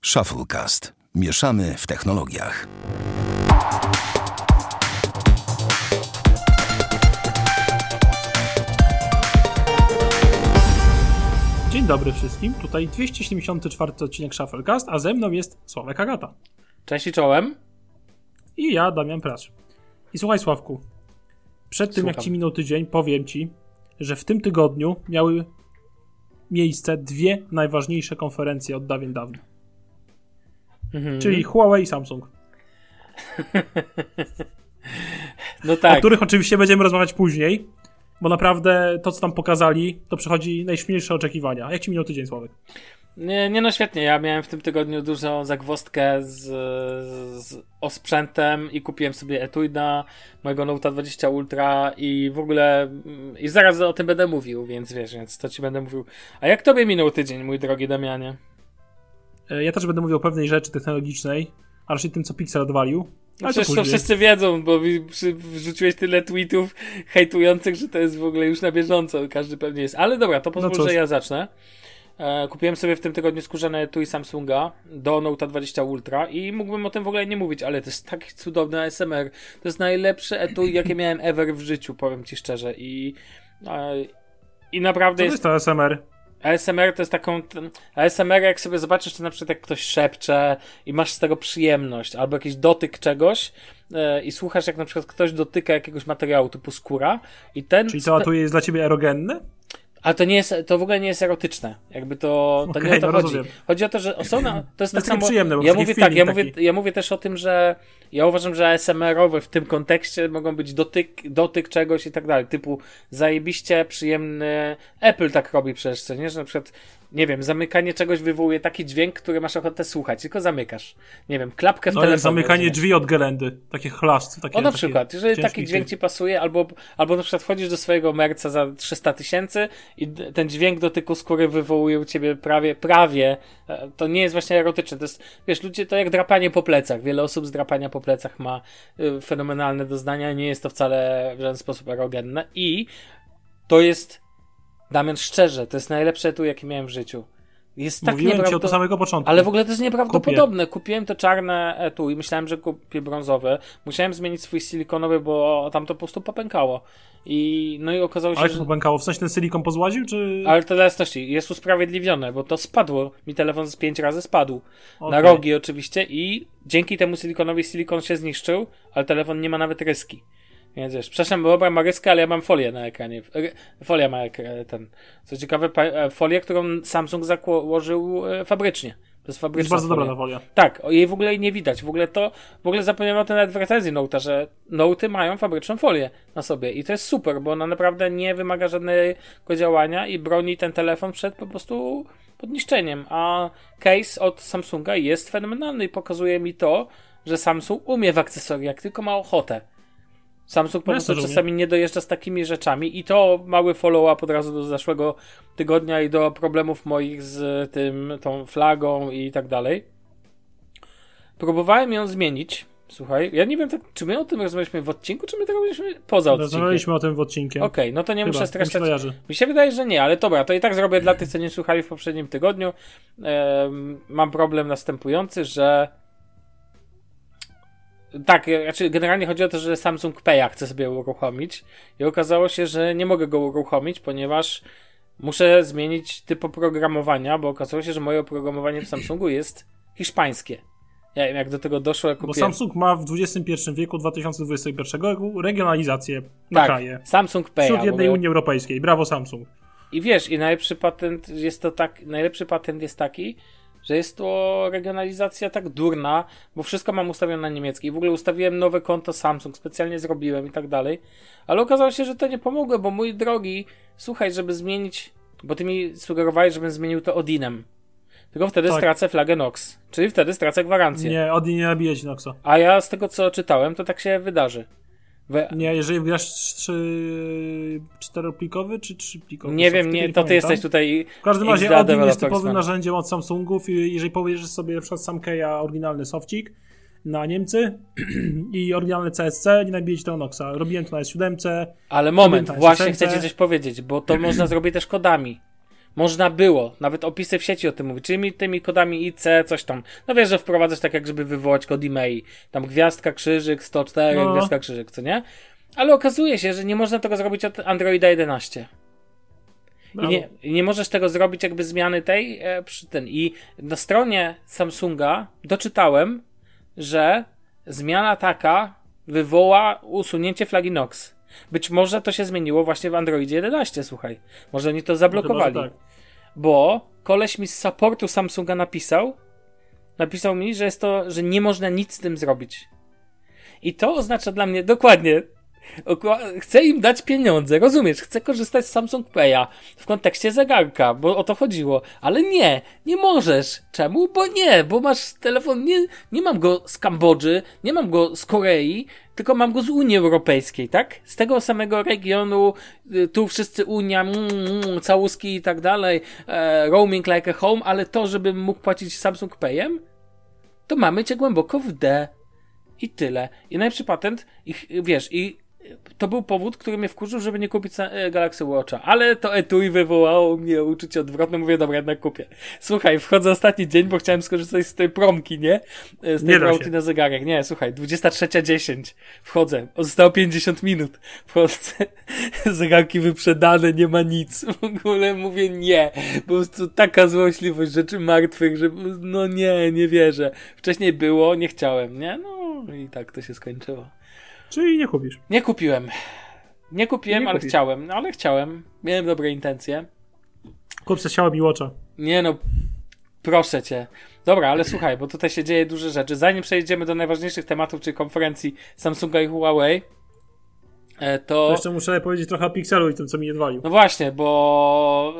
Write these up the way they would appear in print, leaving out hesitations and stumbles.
Shufflecast. Mieszamy w technologiach. Dzień dobry wszystkim, tutaj 274 odcinek Shufflecast, a ze mną jest Sławek Agata. Cześć i czołem. I ja, Damian Pracz. I słuchaj, Sławku, przed tym jak ci minął tydzień, powiem ci, że w tym tygodniu miały miejsce dwie najważniejsze konferencje od dawien dawna. Czyli Huawei i Samsung. No tak. O których oczywiście będziemy rozmawiać później, bo naprawdę to, co tam pokazali, to przechodzi najśmielsze oczekiwania. Jak ci minął tydzień, Sławek? Nie no świetnie, ja miałem w tym tygodniu dużą zagwozdkę z osprzętem i kupiłem sobie etui na mojego Note'a 20 Ultra i w ogóle i zaraz o tym będę mówił, więc to ci będę mówił. A jak tobie minął tydzień, mój drogi Damianie? Ja też będę mówił o pewnej rzeczy technologicznej, a raczej tym, co Pixel odwalił. No przecież to wszyscy wiedzą, bo wrzuciłeś tyle tweetów hejtujących, że to jest w ogóle już na bieżąco, każdy pewnie jest. Ale dobra, to pozwól, że ja zacznę. Kupiłem sobie w tym tygodniu skórzane etui Samsunga do Note'a 20 Ultra i mógłbym o tym w ogóle nie mówić, ale to jest taki cudowny ASMR. To jest najlepsze etui, jakie miałem ever w życiu, powiem ci szczerze. I naprawdę Co to jest to ASMR? ASMR to jest taką... ASMR jak sobie zobaczysz, to na przykład jak ktoś szepcze i masz z tego przyjemność, albo jakiś dotyk czegoś i słuchasz jak na przykład ktoś dotyka jakiegoś materiału typu skóra i ten... Czyli to etui jest dla ciebie erogenny? Ale to nie jest, to w ogóle nie jest erotyczne. Jakby to nie o to chodzi. Rozumiem. Chodzi o to, że to jest tak samo. Przyjemne, bo Ja mówię tak, taki. ja mówię też o tym, że ja uważam, że ASMR-owe w tym kontekście mogą być dotyk czegoś i tak dalej. Typu zajebiście przyjemny. Apple tak robi przecież, co nie? Że na przykład, nie wiem, zamykanie czegoś wywołuje taki dźwięk, który masz ochotę słuchać, tylko zamykasz. Nie wiem, klapkę w telefonie. Zamykanie drzwi od gelendy. Takie chlast. Na przykład, jeżeli taki dźwięk ci pasuje, albo na przykład wchodzisz do swojego Merca za 300 000 i ten dźwięk dotyku skóry wywołuje u ciebie prawie, to nie jest właśnie erotyczne. To jest, wiesz, ludzie, to jak drapanie po plecach. Wiele osób z drapania po plecach ma fenomenalne doznania, nie jest to wcale w żaden sposób erogenne i to jest, Damian, szczerze, to jest najlepsze etui, jakie miałem w życiu. Jest tak Mówiłem ci o to samego początku. Ale w ogóle to jest nieprawdopodobne. Kupiłem to czarne etui, myślałem, że kupię brązowe. Musiałem zmienić swój silikonowy, bo tam to po prostu popękało. I okazało się, ale to popękało? W sensie ten silikon pozłaził, czy... Ale to dla jasności, jest usprawiedliwione, bo to spadło. Mi telefon z 5 razy spadł. Okay. Na rogi oczywiście i dzięki temu silikonowi silikon się zniszczył, ale telefon nie ma nawet ryski. Więc wiesz, przepraszam, bo ma ryskę, ale ja mam folię na ekranie. Folia ma co ciekawe, folię, którą Samsung założył fabrycznie. To jest fabryczna bardzo dobra ta folia. Tak, jej w ogóle nie widać. W ogóle zapomniałem o tym nawet w recenzji Note'a, że Note'y mają fabryczną folię na sobie i to jest super, bo ona naprawdę nie wymaga żadnego działania i broni ten telefon przed po prostu podniszczeniem. A case od Samsunga jest fenomenalny i pokazuje mi to, że Samsung umie w akcesoriach, tylko ma ochotę. Samsung po prostu czasami nie dojeżdża z takimi rzeczami i to mały follow-up od razu do zeszłego tygodnia i do problemów moich z tą flagą i tak dalej. Próbowałem ją zmienić. Słuchaj, ja nie wiem, czy my o tym rozmawialiśmy w odcinku, czy my to robiliśmy poza odcinkiem? Rozmawialiśmy o tym w odcinku. Okej, no to nie muszę streszczać. Mi się wydaje, że nie, ale dobra, to i tak zrobię dla tych, co nie słuchali w poprzednim tygodniu. Mam problem następujący, że tak, znaczy generalnie chodzi o to, że Samsung Pay'a chcę sobie uruchomić i okazało się, że nie mogę go uruchomić, ponieważ muszę zmienić typ oprogramowania, bo okazało się, że moje oprogramowanie w Samsungu jest hiszpańskie. Ja wiem, jak do tego doszło, jak kupiłem. Bo Samsung ma w XXI wieku, 2021 roku regionalizację na kraje. Samsung Pay'a. Wśród jednej Unii Europejskiej. Brawo, Samsung. I wiesz, i najlepszy patent jest taki, że jest to regionalizacja tak durna, bo wszystko mam ustawione na niemiecki. I w ogóle ustawiłem nowe konto Samsung, specjalnie zrobiłem i tak dalej. Ale okazało się, że to nie pomogło, bo mój drogi, słuchaj, żeby zmienić, bo ty mi sugerowałeś, żebym zmienił to Odinem. Tylko wtedy stracę flagę NOx, czyli wtedy stracę gwarancję. Nie, Odin nie nabije ci NOxa. A ja z tego, co czytałem, to tak się wydarzy. Nie, jeżeli grasz 4-plikowy czy 3-plikowy? Nie wiem, nie, to ty jesteś tutaj. W każdym razie Odin jest typowym narzędziem od Samsungów i jeżeli pobierzesz sobie na przykład Samkeya oryginalny sofcik na Niemcy i oryginalny CSC, nie nabije ci tego NOxa. Robiłem to na S7. Ale moment, właśnie chcę ci coś powiedzieć, bo to można zrobić też kodami. Można było. Nawet opisy w sieci o tym mówi. Czyli tymi kodami IC, coś tam. No wiesz, że wprowadzasz tak, jak żeby wywołać kod e-mail. Tam gwiazdka, krzyżyk, 104, gwiazdka, krzyżyk, co nie? Ale okazuje się, że nie można tego zrobić od Androida 11. I nie możesz tego zrobić jakby zmiany tej przy ten. I na stronie Samsunga doczytałem, że zmiana taka wywoła usunięcie flagi Knox. Być może to się zmieniło właśnie w Androidzie 11, słuchaj. Może oni to zablokowali. Tak. Bo koleś mi z supportu Samsunga napisał mi, że nie można nic z tym zrobić. I to oznacza dla mnie dokładnie, chcę im dać pieniądze, rozumiesz? Chcę korzystać z Samsung Pay'a w kontekście zegarka, bo o to chodziło. Ale nie możesz. Czemu? Bo masz telefon, nie mam go z Kambodży, nie mam go z Korei, tylko mam go z Unii Europejskiej, tak? Z tego samego regionu, tu wszyscy Unia, całuski i tak dalej, roaming like a home, ale to, żebym mógł płacić Samsung Pay'em, to mamy cię głęboko w D. I tyle. I najlepszy patent, i to był powód, który mnie wkurzył, żeby nie kupić Galaxy Watcha. Ale to etui wywołało mnie uczucie odwrotne. Mówię, dobra, jednak kupię. Słuchaj, wchodzę ostatni dzień, bo chciałem skorzystać z tej promki, nie? Z tej promki na zegarek. Nie, słuchaj, 23:10. Wchodzę. Zostało 50 minut. Wchodzę. Zegarki wyprzedane, nie ma nic. W ogóle mówię nie. Po prostu taka złośliwość rzeczy martwych, że no nie wierzę. Wcześniej było, nie chciałem, nie? No i tak to się skończyło. Czyli nie kupisz? Nie kupiłem. Ale chciałem. No, ale chciałem. Miałem dobre intencje. Kup se Xiaomi Watcha. Nie no, proszę cię. Dobra, ale słuchaj, bo tutaj się dzieje duże rzeczy. Zanim przejdziemy do najważniejszych tematów, czyli konferencji Samsunga i Huawei, to jeszcze muszę powiedzieć trochę o Pixelu i tym, co mi nie odwalił. No właśnie, bo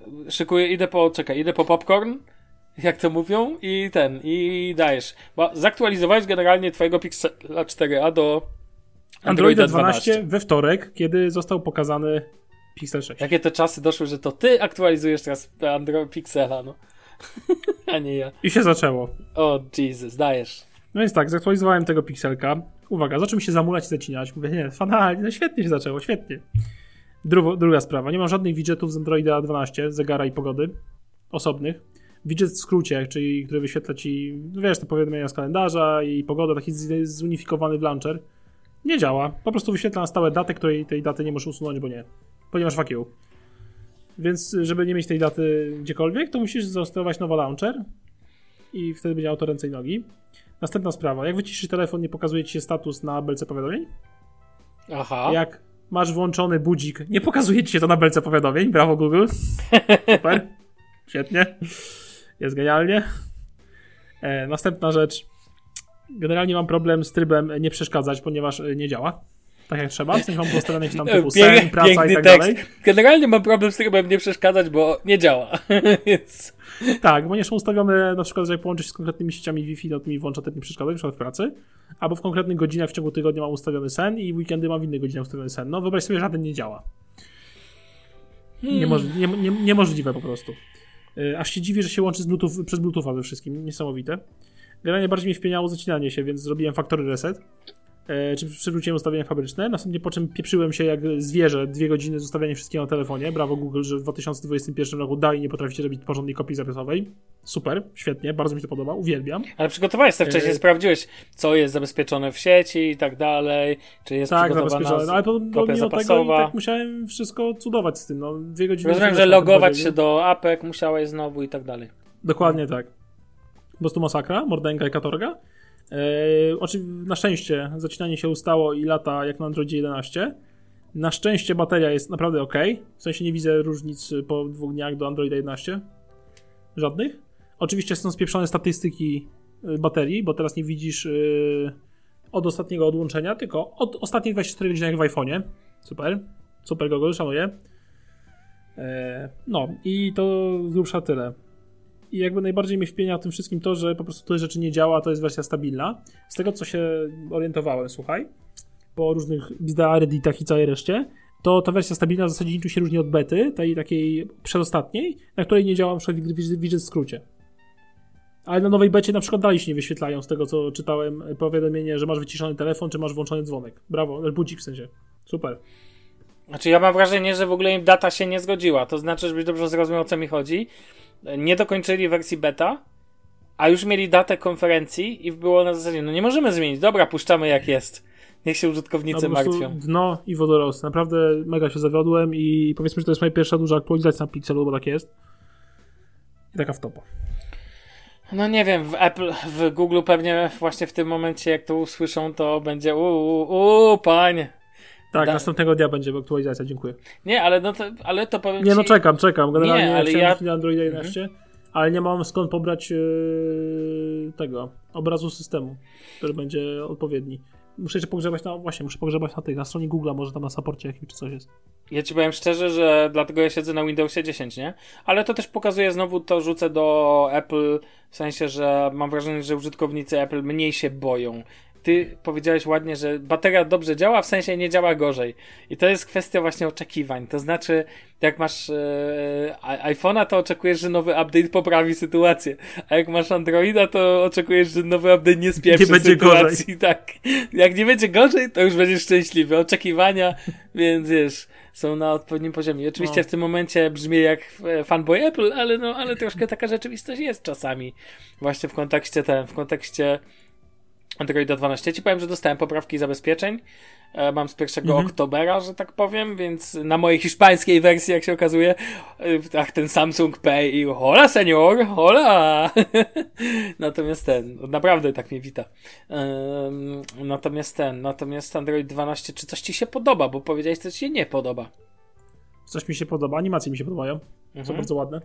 idę po popcorn, jak to mówią, i dajesz. Bo zaktualizowałeś generalnie twojego Pixela 4a do Androida 12 we wtorek, kiedy został pokazany Pixel 6. Jakie to czasy doszły, że to ty aktualizujesz teraz Pixela, no. A nie ja. I się zaczęło. O, Jesus, dajesz. No więc tak, zaktualizowałem tego Pixelka. Uwaga, zaczął mi się zamulać i zacinać. Mówię, nie, fanalnie, no świetnie się zaczęło, świetnie. Druga sprawa, nie mam żadnych widgetów z Androida 12, zegara i pogody osobnych. Widget w skrócie, czyli który wyświetla ci, wiesz, te powiadomienia z kalendarza i pogoda, taki zunifikowany w launcher. Nie działa. Po prostu wyświetla na stałe datę, której tej daty nie możesz usunąć, bo nie masz FAQ. Więc żeby nie mieć tej daty gdziekolwiek, to musisz zainstalować nowy launcher i wtedy będzie miał to ręce i nogi. Następna sprawa. Jak wyciszysz telefon, nie pokazuje ci się status na belce powiadomień. Aha. Jak masz włączony budzik, nie pokazuje ci się to na belce powiadomień. Brawo Google. Super. Świetnie. Jest genialnie. Następna rzecz. Generalnie mam problem z trybem nie przeszkadzać, ponieważ nie działa. Tak jak trzeba. W sensie mam postawionych tam typu sen, praca i tak dalej. Generalnie mam problem z trybem nie przeszkadzać, bo nie działa. Więc... Tak, bo nie są ustawione na przykład, że jak połączyć się z konkretnymi sieciami Wi-Fi, to mi włącza ten nie przeszkadzać, na przykład w pracy. Albo w konkretnych godzinach w ciągu tygodnia mam ustawiony sen i w weekendy mam w innych godzinach ustawiony sen. No wyobraź sobie, żaden nie działa. Niemożliwe po prostu. Aż się dziwię, że się łączy przez Bluetootha we wszystkim. Niesamowite. Generalnie bardziej mi wpieniało zacinanie się, więc zrobiłem factory reset. Czy przywróciłem ustawienia fabryczne, następnie po czym pieprzyłem się jak zwierzę 2 godziny z ustawianiem wszystkiego na telefonie. Brawo Google, że w 2021 roku dalej nie potraficie robić porządnej kopii zapisowej. Super, świetnie, bardzo mi się to podoba, uwielbiam. Ale przygotowałeś sobie wcześniej, sprawdziłeś, co jest zabezpieczone w sieci i tak dalej, czy jest przygotowana ale kopia zapasowa. Tego i tak musiałem wszystko cudować z tym, 2 godziny. Rozumiem, że logować się do apek musiałeś znowu i tak dalej. Dokładnie tak. Po prostu masakra, mordęga i katorga. Na szczęście zacinanie się ustało i lata jak na Androidzie 11. Na szczęście bateria jest naprawdę ok. W sensie nie widzę różnic po 2 dniach do Androida 11. Żadnych. Oczywiście są spieprzone statystyki baterii, bo teraz nie widzisz od ostatniego odłączenia, tylko od ostatniej 24 godziny jak w iPhone'ie. Super. Super Google, szanuję. No i to z grubsza tyle. I jakby najbardziej mnie wpienia w tym wszystkim to, że po prostu te rzeczy nie działa, to jest wersja stabilna. Z tego, co się orientowałem, słuchaj, po różnych bzdach, redditach i całej reszcie, to ta wersja stabilna w zasadzie niczym się różni od bety, tej takiej przedostatniej, na której nie działa na przykład widget w skrócie. Ale na nowej becie na przykład dalej się nie wyświetlają, z tego, co czytałem, powiadomienie, że masz wyciszony telefon, czy masz włączony dzwonek. Brawo, budzik w sensie. Super. Znaczy ja mam wrażenie, że w ogóle im data się nie zgodziła. To znaczy, żebyś dobrze zrozumiał, o co mi chodzi. Nie dokończyli wersji beta, a już mieli datę konferencji i było na zasadzie, no nie możemy zmienić. Dobra, puszczamy jak jest. Niech się użytkownicy martwią. Dno i wodorosty. Naprawdę mega się zawiodłem i powiedzmy, że to jest moja pierwsza duża aktualizacja na Pixelu, bo tak jest. I taka wtopa. No nie wiem, w Apple, w Google pewnie właśnie w tym momencie, jak to usłyszą, to będzie panie. Tak, następnego dnia będzie aktualizacja, dziękuję. Nie, ale to powiem Nie, ci... no czekam. Generalnie nie, ale chciałem na Androida 11, ale nie mam skąd pobrać tego obrazu systemu, który będzie odpowiedni. Muszę jeszcze pogrzebać na stronie Google'a, może tam na supporcie jakimś czy coś jest. Ja ci powiem szczerze, że dlatego ja siedzę na Windowsie 10, nie? Ale to też pokazuje, znowu to rzucę do Apple, w sensie, że mam wrażenie, że użytkownicy Apple mniej się boją. Ty powiedziałeś ładnie, że bateria dobrze działa, w sensie nie działa gorzej. I to jest kwestia właśnie oczekiwań. To znaczy, jak masz iPhone'a, to oczekujesz, że nowy update poprawi sytuację. A jak masz Androida, to oczekujesz, że nowy update nie spieprzy sytuacji. Gorzej. Tak. Jak nie będzie gorzej, to już będziesz szczęśliwy. Oczekiwania, więc wiesz, są na odpowiednim poziomie. Oczywiście w tym momencie brzmi jak fanboy Apple, ale troszkę taka rzeczywistość jest czasami. Właśnie w kontekście Androida 12. Ja ci powiem, że dostałem poprawki zabezpieczeń. Mam z 1 oktobera, że tak powiem, więc na mojej hiszpańskiej wersji, jak się okazuje, ten Samsung Pay i hola senior, hola! Natomiast naprawdę tak mnie wita. Natomiast Android 12, czy coś ci się podoba? Bo powiedziałeś, co ci się nie podoba. Coś mi się podoba, animacje mi się podobają. Są bardzo ładne.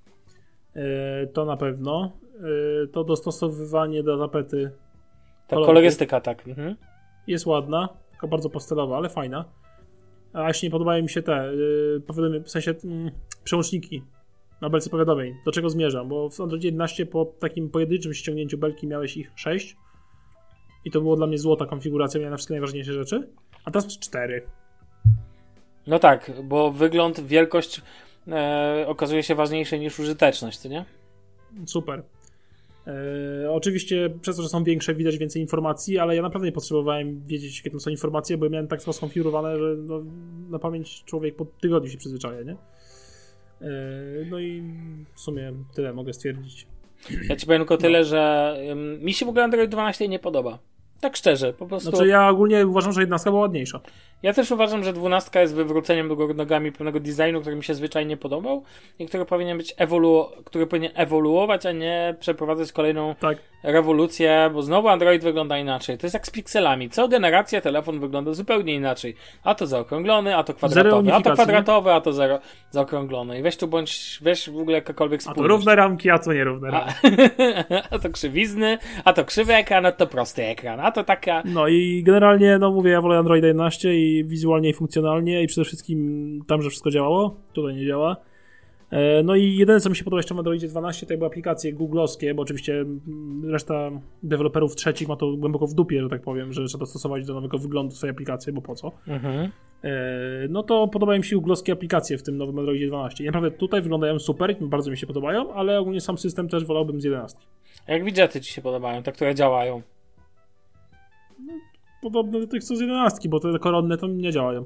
To na pewno. To dostosowywanie do tapety. Tak, kolorystyka, tak. Jest ładna, tylko bardzo pastelowa, ale fajna. A jeszcze nie podobają mi się te w sensie przełączniki na belce powiadomień. Do czego zmierzam? Bo w Androidzie 11 po takim pojedynczym ściągnięciu belki miałeś ich 6 i to było dla mnie złota konfiguracja, miałem na wszystkie najważniejsze rzeczy, a teraz masz 4. No tak, bo wygląd, wielkość okazuje się ważniejsze niż użyteczność, to nie? Super. Oczywiście przez to, że są większe, widać więcej informacji, ale ja naprawdę nie potrzebowałem wiedzieć, jakie to są informacje, bo miałem tak skonfigurowane, że na pamięć człowiek po tygodniu się przyzwyczaja, nie? No i w sumie tyle mogę stwierdzić. Ja ci powiem tylko tyle, że mi się w ogóle Android 12 nie podoba. Tak szczerze, po prostu... Znaczy ja ogólnie uważam, że 11 była ładniejsza. Ja też uważam, że 12 jest wywróceniem do góry nogami pewnego designu, który mi się zwyczajnie podobał i który powinien ewoluować, a nie przeprowadzać kolejną rewolucję, bo znowu Android wygląda inaczej. To jest jak z pikselami. Co generacja telefon wygląda zupełnie inaczej. A to zaokrąglony, a to kwadratowy, a to kwadratowy, a to zaokrąglony. I weź w ogóle jakakolwiek spójność. A to równe ramki, a to nierówne ramki. A to krzywizny, a to krzywy ekran, a to prosty ekran, a to taka... No i generalnie, mówię, ja wolę Androida 11 i wizualnie i funkcjonalnie i przede wszystkim tam, że wszystko działało. Tutaj nie działa. No i jedyne, co mi się podoba jeszcze w Androidzie 12, to jakby aplikacje googlowskie, bo oczywiście reszta deweloperów trzecich ma to głęboko w dupie, że tak powiem, że trzeba dostosować do nowego wyglądu swojej aplikacji, bo po co. No to podobają mi się googlowskie aplikacje w tym nowym Androidzie 12. I naprawdę tutaj wyglądają super, bardzo mi się podobają, ale ogólnie sam system też wolałbym z 11. A jak widżety ci się podobają, te, które działają? No, podobne do tych, co z 11, bo te koronne to nie działają.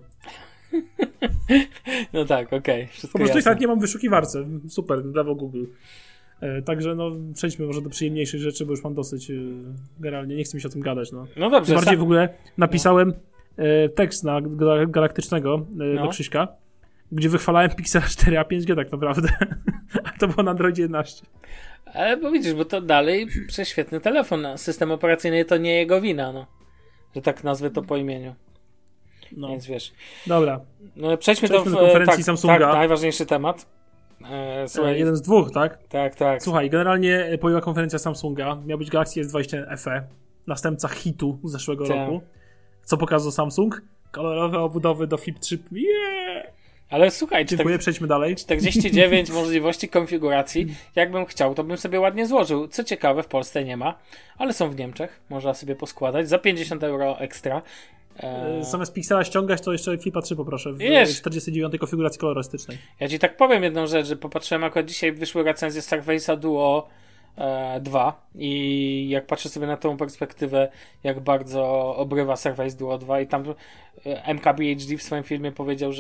No tak, okej. Po prostu i tak nie mam wyszukiwarce. Super, brawo Google. Także no przejdźmy może do przyjemniejszych rzeczy, bo już mam dosyć generalnie, nie chcę mi się o tym gadać. No dobrze. Bardziej w ogóle napisałem tekst na Galaktycznego do Krzyśka, gdzie wychwalałem Pixela 4 a 5G tak naprawdę. A to było na Androidzie 11. Ale bo widzisz, bo to dalej prześwietny telefon. System operacyjny to nie jego wina, no. Że tak nazwę to po imieniu. No. Więc wiesz. Dobra. No, przejdźmy do konferencji Samsunga. Tak, najważniejszy temat. Słuchaj, jeden z dwóch, tak? Tak. Słuchaj, generalnie pojawiła konferencja Samsunga. Miał być Galaxy S21 FE, następca hitu z zeszłego roku. Co pokazał Samsung? Kolorowe obudowy do Flip 3. Yeah! Ale słuchaj, dziękuję, przejdźmy dalej. 49 możliwości konfiguracji. Jakbym chciał, to bym sobie ładnie złożył. Co ciekawe, w Polsce nie ma, ale są w Niemczech. Można sobie poskładać za 50 euro ekstra. Zamiast Pixela ściągać, to jeszcze Flipa 3 poproszę w 49 konfiguracji kolorystycznej. Ja ci tak powiem jedną rzecz, że popatrzyłem, akurat dzisiaj wyszły recenzje Surface'a Duo 2 i jak patrzę sobie na tą perspektywę, jak bardzo obrywa Surface Duo 2 i tam MKBHD w swoim filmie powiedział,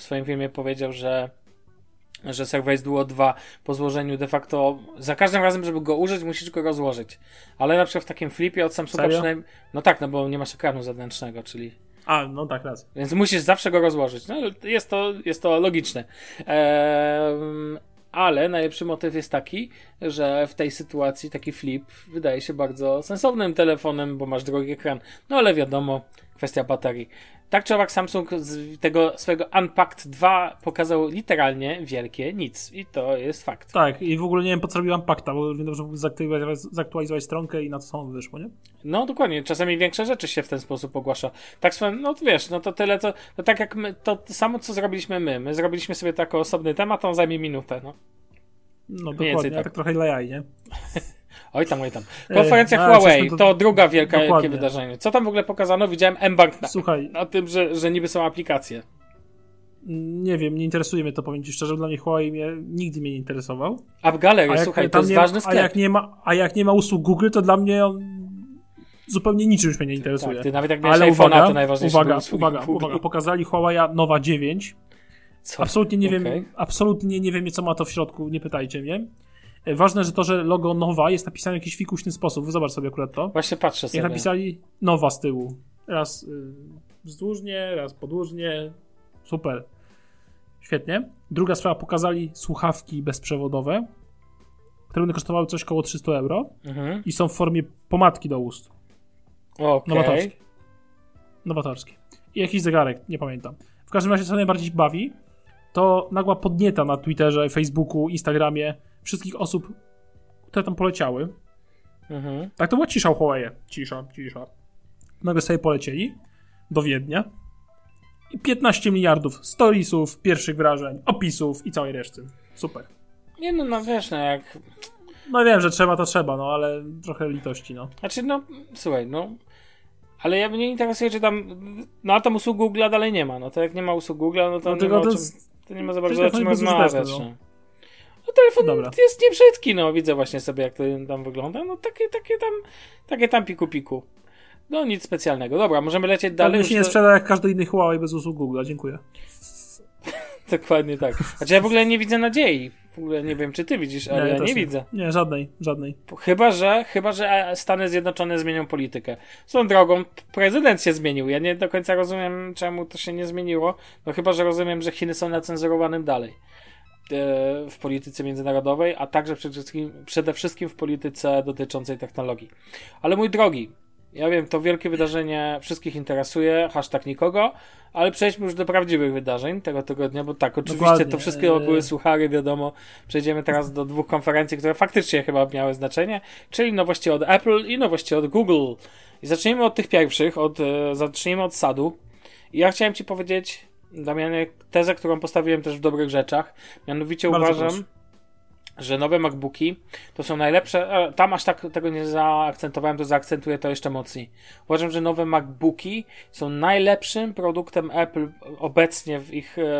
że Surface Duo 2 po złożeniu de facto za każdym razem, żeby go użyć, musisz go rozłożyć. Ale na przykład w takim flipie od Samsunga przynajmniej... No tak, no bo nie masz ekranu zewnętrznego, czyli... No tak, raz. Więc musisz zawsze go rozłożyć. No jest to logiczne. Ale najlepszy motyw jest taki, że w tej sytuacji taki flip wydaje się bardzo sensownym telefonem, bo masz drogi ekran. No ale wiadomo, kwestia baterii. Tak czy owak Samsung z tego swojego Unpacked 2 pokazał literalnie wielkie nic. I to jest fakt. Tak, i w ogóle nie wiem po co robił Unpackeda, bo wiem, że zaktualizować stronkę i na to samo wyszło, nie? No dokładnie, czasami większe rzeczy się w ten sposób ogłasza. Tak swoim, no wiesz, no to tyle, to tak jak my, to samo co zrobiliśmy my zrobiliśmy sobie taki osobny temat, on zajmie minutę, no. No dokładnie, tak. Tak trochę lajaj, nie? Oj tam. Konferencja Huawei, to druga wielkie wydarzenie. Co tam w ogóle pokazano? Widziałem mBank na tym, że niby są aplikacje. Nie wiem, nie interesuje mnie to, powiem ci szczerze, dla mnie Huawei nigdy mnie nie interesował. App Gallery, słuchaj, to jest ważny sklep. A jak nie ma usług Google, to dla mnie on zupełnie niczym już mnie nie interesuje. Tak, ty nawet jak miałeś iPhone'a, to najważniejsze uwaga, pokazali Huawei Nova 9. Co? Absolutnie nie wiem, co ma to w środku, nie pytajcie mnie. Ważne, że to, że logo Nova jest napisane w jakiś fikuśny sposób. Zobacz sobie akurat to. Właśnie patrzę sobie. Jak napisali Nova z tyłu. Raz wzdłużnie, raz podłużnie. Super. Świetnie. Druga sprawa, pokazali słuchawki bezprzewodowe, które będą kosztowały coś koło 300 euro i są w formie pomadki do ust. Okay. Nowatorskie. I jakiś zegarek, nie pamiętam. W każdym razie, co najbardziej bawi, to nagła podnieta na Twitterze, Facebooku, Instagramie wszystkich osób, które tam poleciały. Tak, to była cisza u Huawei. Cisza. Nagle sobie polecieli do Wiednia i 15 miliardów storiesów, pierwszych wrażeń, opisów i całej reszty. Super. Nie no wiesz, no jak... No wiem, że trzeba, to trzeba, no ale trochę litości, no. Znaczy, no, słuchaj, no... Ale mnie interesuje, czy tam... No, a tam usług Google'a dalej nie ma. No to jak nie ma usług Google'a, no to nie ma to nie ma za bardzo o czym rozmawiać. No telefon jest niebrzydki, no widzę właśnie sobie, jak to tam wygląda. No takie tam piku. No nic specjalnego. Dobra, możemy lecieć dalej. To się nie sprzeda jak każdy inny Huawei bez usług Google'a, dziękuję. Dokładnie tak. Znaczy ja w ogóle nie widzę nadziei. W ogóle nie wiem, czy ty widzisz, ale ja nie widzę. Nie, żadnej. Chyba, że Stany Zjednoczone zmienią politykę. Swoją drogą, prezydent się zmienił. Ja nie do końca rozumiem, czemu to się nie zmieniło. No chyba, że rozumiem, że Chiny są nacenzurowanym dalej w polityce międzynarodowej, a także przede wszystkim w polityce dotyczącej technologii. Ale mój drogi, ja wiem, to wielkie wydarzenie wszystkich interesuje, #nikogo, ale przejdźmy już do prawdziwych wydarzeń tego tygodnia, bo tak, oczywiście dokładnie. To wszystkie były suchary, wiadomo. Przejdziemy teraz do 2 konferencji, które faktycznie chyba miały znaczenie, czyli nowości od Apple i nowości od Google. I zacznijmy od tych pierwszych, zacznijmy od SAD-u. I ja chciałem ci powiedzieć, Damianie, tezę, którą postawiłem też w dobrych rzeczach, mianowicie bardzo uważam, proszę, że nowe MacBooki to są najlepsze, tam aż tak tego nie zaakcentowałem, to zaakcentuję to jeszcze mocniej. Uważam, że nowe MacBooki są najlepszym produktem Apple obecnie w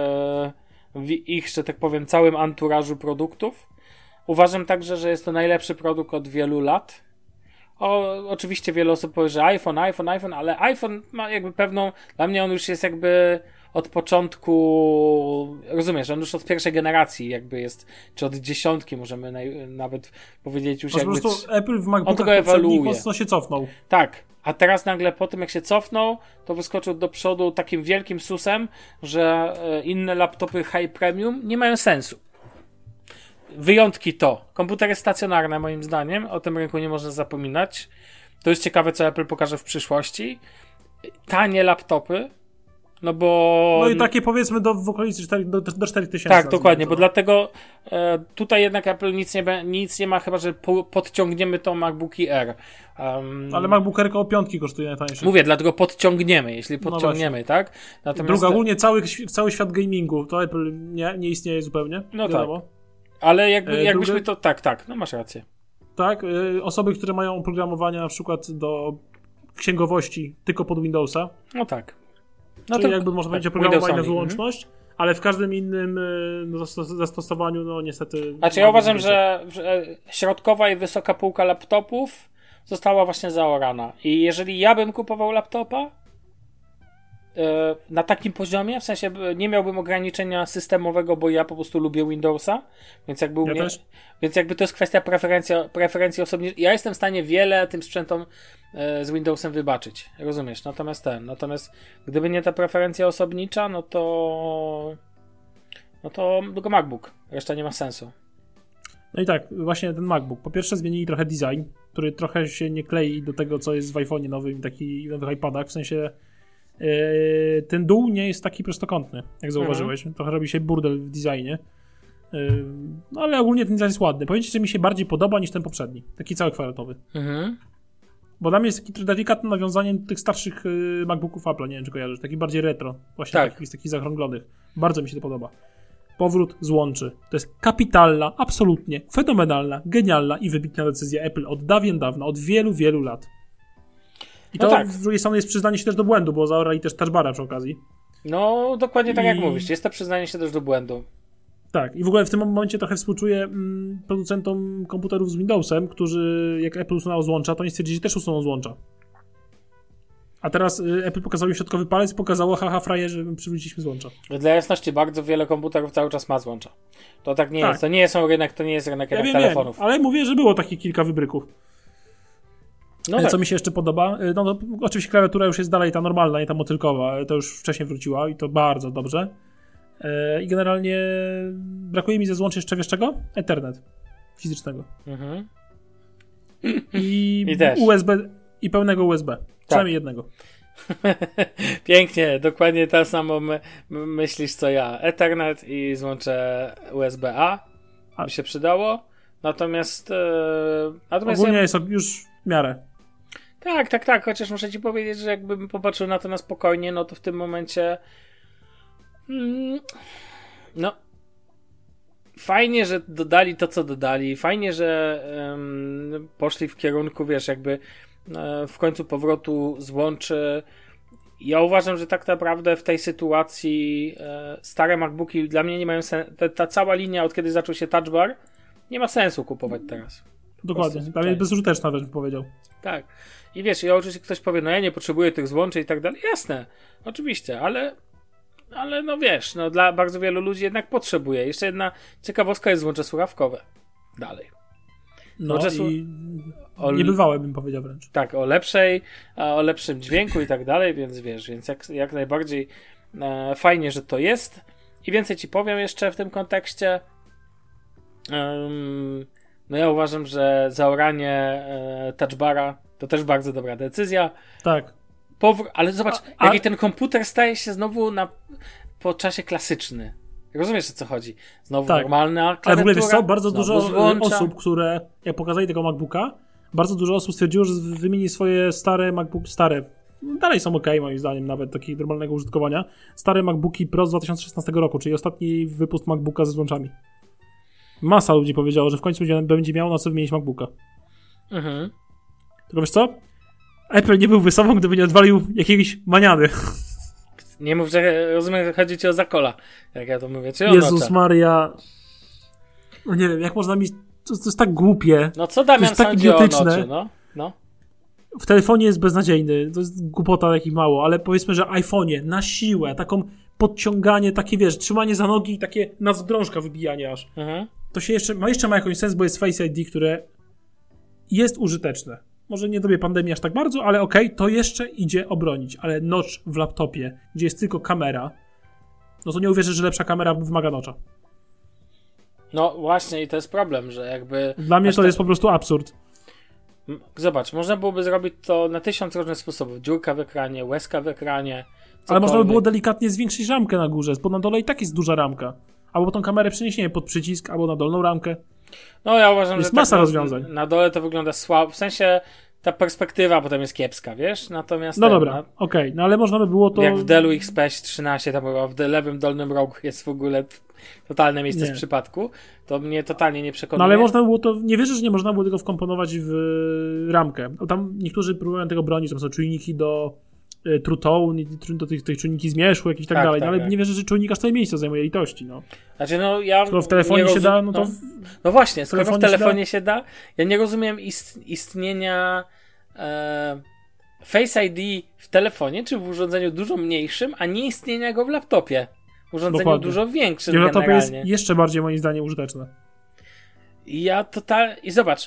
ich, że tak powiem, całym anturażu produktów. Uważam także, że jest to najlepszy produkt od wielu lat. Oczywiście wiele osób powie, że iPhone, ale iPhone ma jakby pewną, dla mnie on już jest jakby od początku, rozumiesz, on już od pierwszej generacji jakby jest, czy od 10 możemy nawet powiedzieć już jakby... Po prostu Apple w MacBookach poprzednich mocno się cofnął. Tak, a teraz nagle po tym jak się cofnął, to wyskoczył do przodu takim wielkim susem, że inne laptopy high premium nie mają sensu. Wyjątki to komputery stacjonarne moim zdaniem, o tym rynku nie można zapominać. To jest ciekawe, co Apple pokaże w przyszłości. Tanie laptopy, no bo... No i takie powiedzmy w okolicy do 4000. Tak, dokładnie, bo dlatego tutaj jednak Apple nic nie ma, chyba że podciągniemy to MacBooki Air. Ale MacBook Air koło 5 kosztuje najtańszy. Mówię, dlatego podciągniemy, jeśli podciągniemy, no tak? Natomiast ogólnie cały świat gamingu, to Apple nie istnieje zupełnie. No wiadomo. Tak. Ale jakbyśmy to... Tak, no masz rację. Tak, osoby, które mają oprogramowania na przykład do księgowości tylko pod Windowsa. No tak. No to jakby można będzie oprogramowanie na wyłączność, ale w każdym innym zastosowaniu, no niestety... Znaczy ja uważam, że środkowa i wysoka półka laptopów została właśnie zaorana. I jeżeli ja bym kupował laptopa na takim poziomie, w sensie nie miałbym ograniczenia systemowego, bo ja po prostu lubię Windowsa, więc jakby u mnie, więc jakby to jest kwestia preferencji osobniczych. Ja jestem w stanie wiele tym sprzętom z Windowsem wybaczyć, rozumiesz? Natomiast gdyby nie ta preferencja osobnicza, no to tylko MacBook, reszta nie ma sensu. No i tak, właśnie ten MacBook. Po pierwsze zmienili trochę design, który trochę się nie klei do tego, co jest w iPhone'ie nowym i nowych iPadach, w sensie ten dół nie jest taki prostokątny, jak zauważyłeś. Trochę robi się burdel w designie. No ale ogólnie ten design jest ładny. Powiem ci, że mi się bardziej podoba niż ten poprzedni. Taki cały kwadratowy. Bo dla mnie jest taki delikatne nawiązanie do tych starszych MacBooków Apple'a, nie wiem czy kojarzysz. Taki bardziej retro. Właśnie tak. Z takich zakrąglonych. Bardzo mi się to podoba. Powrót z łączy. To jest kapitalna, absolutnie fenomenalna, genialna i wybitna decyzja Apple od dawien dawna, od wielu, wielu lat. I to z drugiej strony jest przyznanie się też do błędu, bo zaorali też touchbara przy okazji. No, dokładnie tak jak mówisz. Jest to przyznanie się też do błędu. Tak, i w ogóle w tym momencie trochę współczuję producentom komputerów z Windowsem, którzy jak Apple usunęło z łącza, to oni stwierdzili, że też usuną z łącza. A teraz Apple pokazał im środkowy palec i pokazało, haha, frajerzy, przywróciliśmy z łącza. Dla jasności, bardzo wiele komputerów cały czas ma z łącza. To tak nie jest. To nie jest rynek telefonów. Ale mówię, że było takich kilka wybryków. No tak. Co mi się jeszcze podoba? No oczywiście klawiatura już jest dalej ta normalna, nie ta motylkowa. To już wcześniej wróciła i to bardzo dobrze. I generalnie brakuje mi ze złączy jeszcze, wiesz czego? Ethernet fizycznego. I też. USB i pełnego USB. Przynajmniej jednego. Pięknie, dokładnie tak samo myślisz co ja. Ethernet i złącze USB-A by się przydało. Natomiast ogólnie jest już w miarę. Tak, chociaż muszę ci powiedzieć, że jakbym popatrzył na to na spokojnie, no to w tym momencie no fajnie, że dodali to, co dodali. Fajnie, że poszli w kierunku, wiesz, jakby w końcu powrotu z łączy. Ja uważam, że tak naprawdę w tej sytuacji stare MacBooki dla mnie nie mają sensu. Ta cała linia, od kiedy zaczął się Touch Bar, nie ma sensu kupować teraz. Dokładnie. Dla mnie bezużyteczna, wręcz bym powiedział. Tak. I wiesz, oczywiście ktoś powie, no ja nie potrzebuję tych złączy i tak dalej. Jasne, oczywiście, ale no wiesz, no dla bardzo wielu ludzi jednak potrzebuje. Jeszcze jedna ciekawostka jest złącze słuchawkowe. Dalej. No niebywałe bym powiedział wręcz. Tak, o lepszym dźwięku i tak dalej, więc wiesz, jak najbardziej fajnie, że to jest. I więcej ci powiem jeszcze w tym kontekście. No ja uważam, że zaoranie touchbara to też bardzo dobra decyzja. Tak. Ale zobacz, jaki ten komputer staje się znowu po czasie klasyczny. Rozumiesz, o co chodzi? Znowu normalna klawiatura. Ale w ogóle wiesz co, bardzo dużo osób, które jak pokazali tego MacBooka, bardzo dużo osób stwierdziło, że wymieni swoje stare MacBooki, dalej są okej, moim zdaniem, nawet takiego normalnego użytkowania, stare MacBooki Pro z 2016 roku, czyli ostatni wypust MacBooka ze złączami. Masa ludzi powiedziało, że w końcu będzie miało na co wymienić MacBooka. Tylko wiesz co? Apple nie byłby sobą, gdyby nie odwalił jakiejś maniany. Nie mów, że rozumiem, chodzi ci o Zakola, jak ja to mówię. Czy Jezus Maria. No nie wiem, jak można mi... To jest tak głupie. No co Damian sądzi o Notchu, no? W telefonie jest beznadziejny. To jest głupota jakich mało, ale powiedzmy, że iPhone'ie na siłę, taką podciąganie, takie wiesz, trzymanie za nogi i takie na drążka wybijanie aż. To się jeszcze ma jakiś sens, bo jest Face ID, które jest użyteczne. Może nie dobie pandemii aż tak bardzo, ale to jeszcze idzie obronić. Ale notch w laptopie, gdzie jest tylko kamera, no to nie uwierzysz, że lepsza kamera wymaga notcha. No właśnie i to jest problem, że jakby... Dla mnie to jest po prostu absurd. Zobacz, można byłoby zrobić to na 1000 różnych sposobów. Dziurka w ekranie, łezka w ekranie. Cokolwiek. Ale można by było delikatnie zwiększyć ramkę na górze, bo na dole i tak jest duża ramka. Albo tą kamerę przeniesienie pod przycisk, albo na dolną ramkę. No ja uważam, jest że masa rozwiązań. Na dole to wygląda słabo. W sensie ta perspektywa potem jest kiepska, wiesz? Natomiast no dobra, no ale można by było to... Jak w Dellu XPS 13, tam w lewym dolnym rogu jest w ogóle totalne miejsce z przypadku, to mnie totalnie nie przekonuje. No ale można było to... Nie wierzę, że nie można było tego wkomponować w ramkę. Tam niektórzy próbują tego bronić, tam są czujniki do True Tone i do tych czujniki zmierzchu jakieś tak dalej, no, ale nie wierzę, że czujnik aż tyle miejsca zajmuje litości, no. Znaczy, no ja skoro w telefonie się da, no to... No właśnie, skoro w telefonie się da, ja nie rozumiem istnienia Face ID w telefonie, czy w urządzeniu dużo mniejszym, a nie istnienia go w laptopie. W urządzeniu Dokładnie. Dużo większym generalnie. W laptopie jest generalnie. jeszcze bardziej moim zdaniem użyteczne. I zobacz,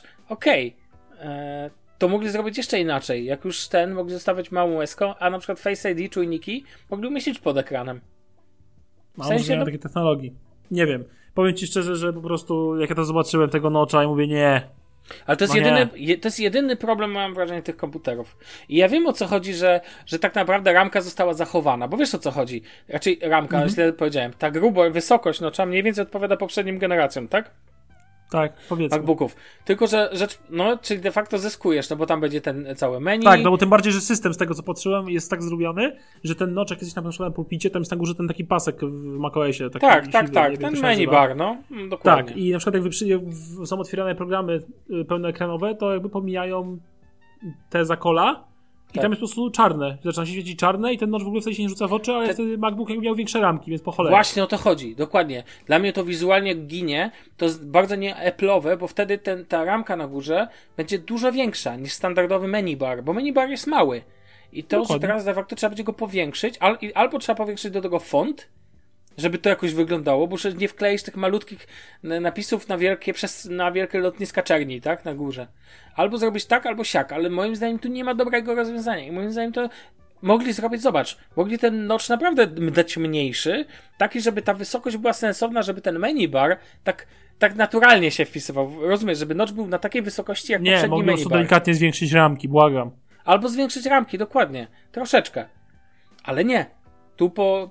to mogli zrobić jeszcze inaczej. Jak już mogli zostawiać małą łezką, a na przykład Face ID, czujniki mogli umieścić pod ekranem. A może nie ma takiej technologii. Nie wiem. Powiem ci szczerze, że po prostu jak ja to zobaczyłem, tego notcha i mówię nie. Ale to jest jedyny problem, mam wrażenie, tych komputerów. I ja wiem, o co chodzi, że tak naprawdę ramka została zachowana, bo wiesz, o co chodzi. Raczej ramka, źle powiedziałem. Ta wysokość nocza mniej więcej odpowiada poprzednim generacjom, tak? Tak, powiedzmy. MacBooków. Tylko, że czyli de facto zyskujesz, no bo tam będzie ten cały menu. Tak, no bo tym bardziej, że system z tego, co patrzyłem, jest tak zrobiony, że ten notch, jak jesteś na przykład na pulpicie, tam jest na górze ten taki pasek w macOSie. Tak, ten menu bar, no. Dokładnie. Tak, i na przykład jak są otwierane programy pełnoekranowe, to jakby pomijają te zakola i tam jest po prostu czarne. Zaczyna się świecić czarne i ten notch w ogóle wtedy się nie rzuca w oczy, ale wtedy MacBook jakby miał większe ramki, więc po cholerę. Właśnie o to chodzi, dokładnie. Dla mnie to wizualnie ginie, to jest bardzo nie Apple'owe, bo wtedy ta ramka na górze będzie dużo większa niż standardowy menu bar, bo menu bar jest mały. I to, że teraz de facto trzeba będzie go powiększyć, albo trzeba powiększyć do tego font, żeby to jakoś wyglądało, bo nie wkleisz tych malutkich napisów na wielkie lotniska czerni, tak, na górze. Albo zrobić tak, albo siak, ale moim zdaniem tu nie ma dobrego rozwiązania i moim zdaniem to mogli zrobić, mogli ten notch naprawdę dać mniejszy, taki, żeby ta wysokość była sensowna, żeby ten menu bar tak naturalnie się wpisywał. Rozumiesz, żeby notch był na takiej wysokości jak poprzedni menu bar. Nie, mogli delikatnie zwiększyć ramki, błagam. Albo zwiększyć ramki, dokładnie. Troszeczkę. Ale nie. Tu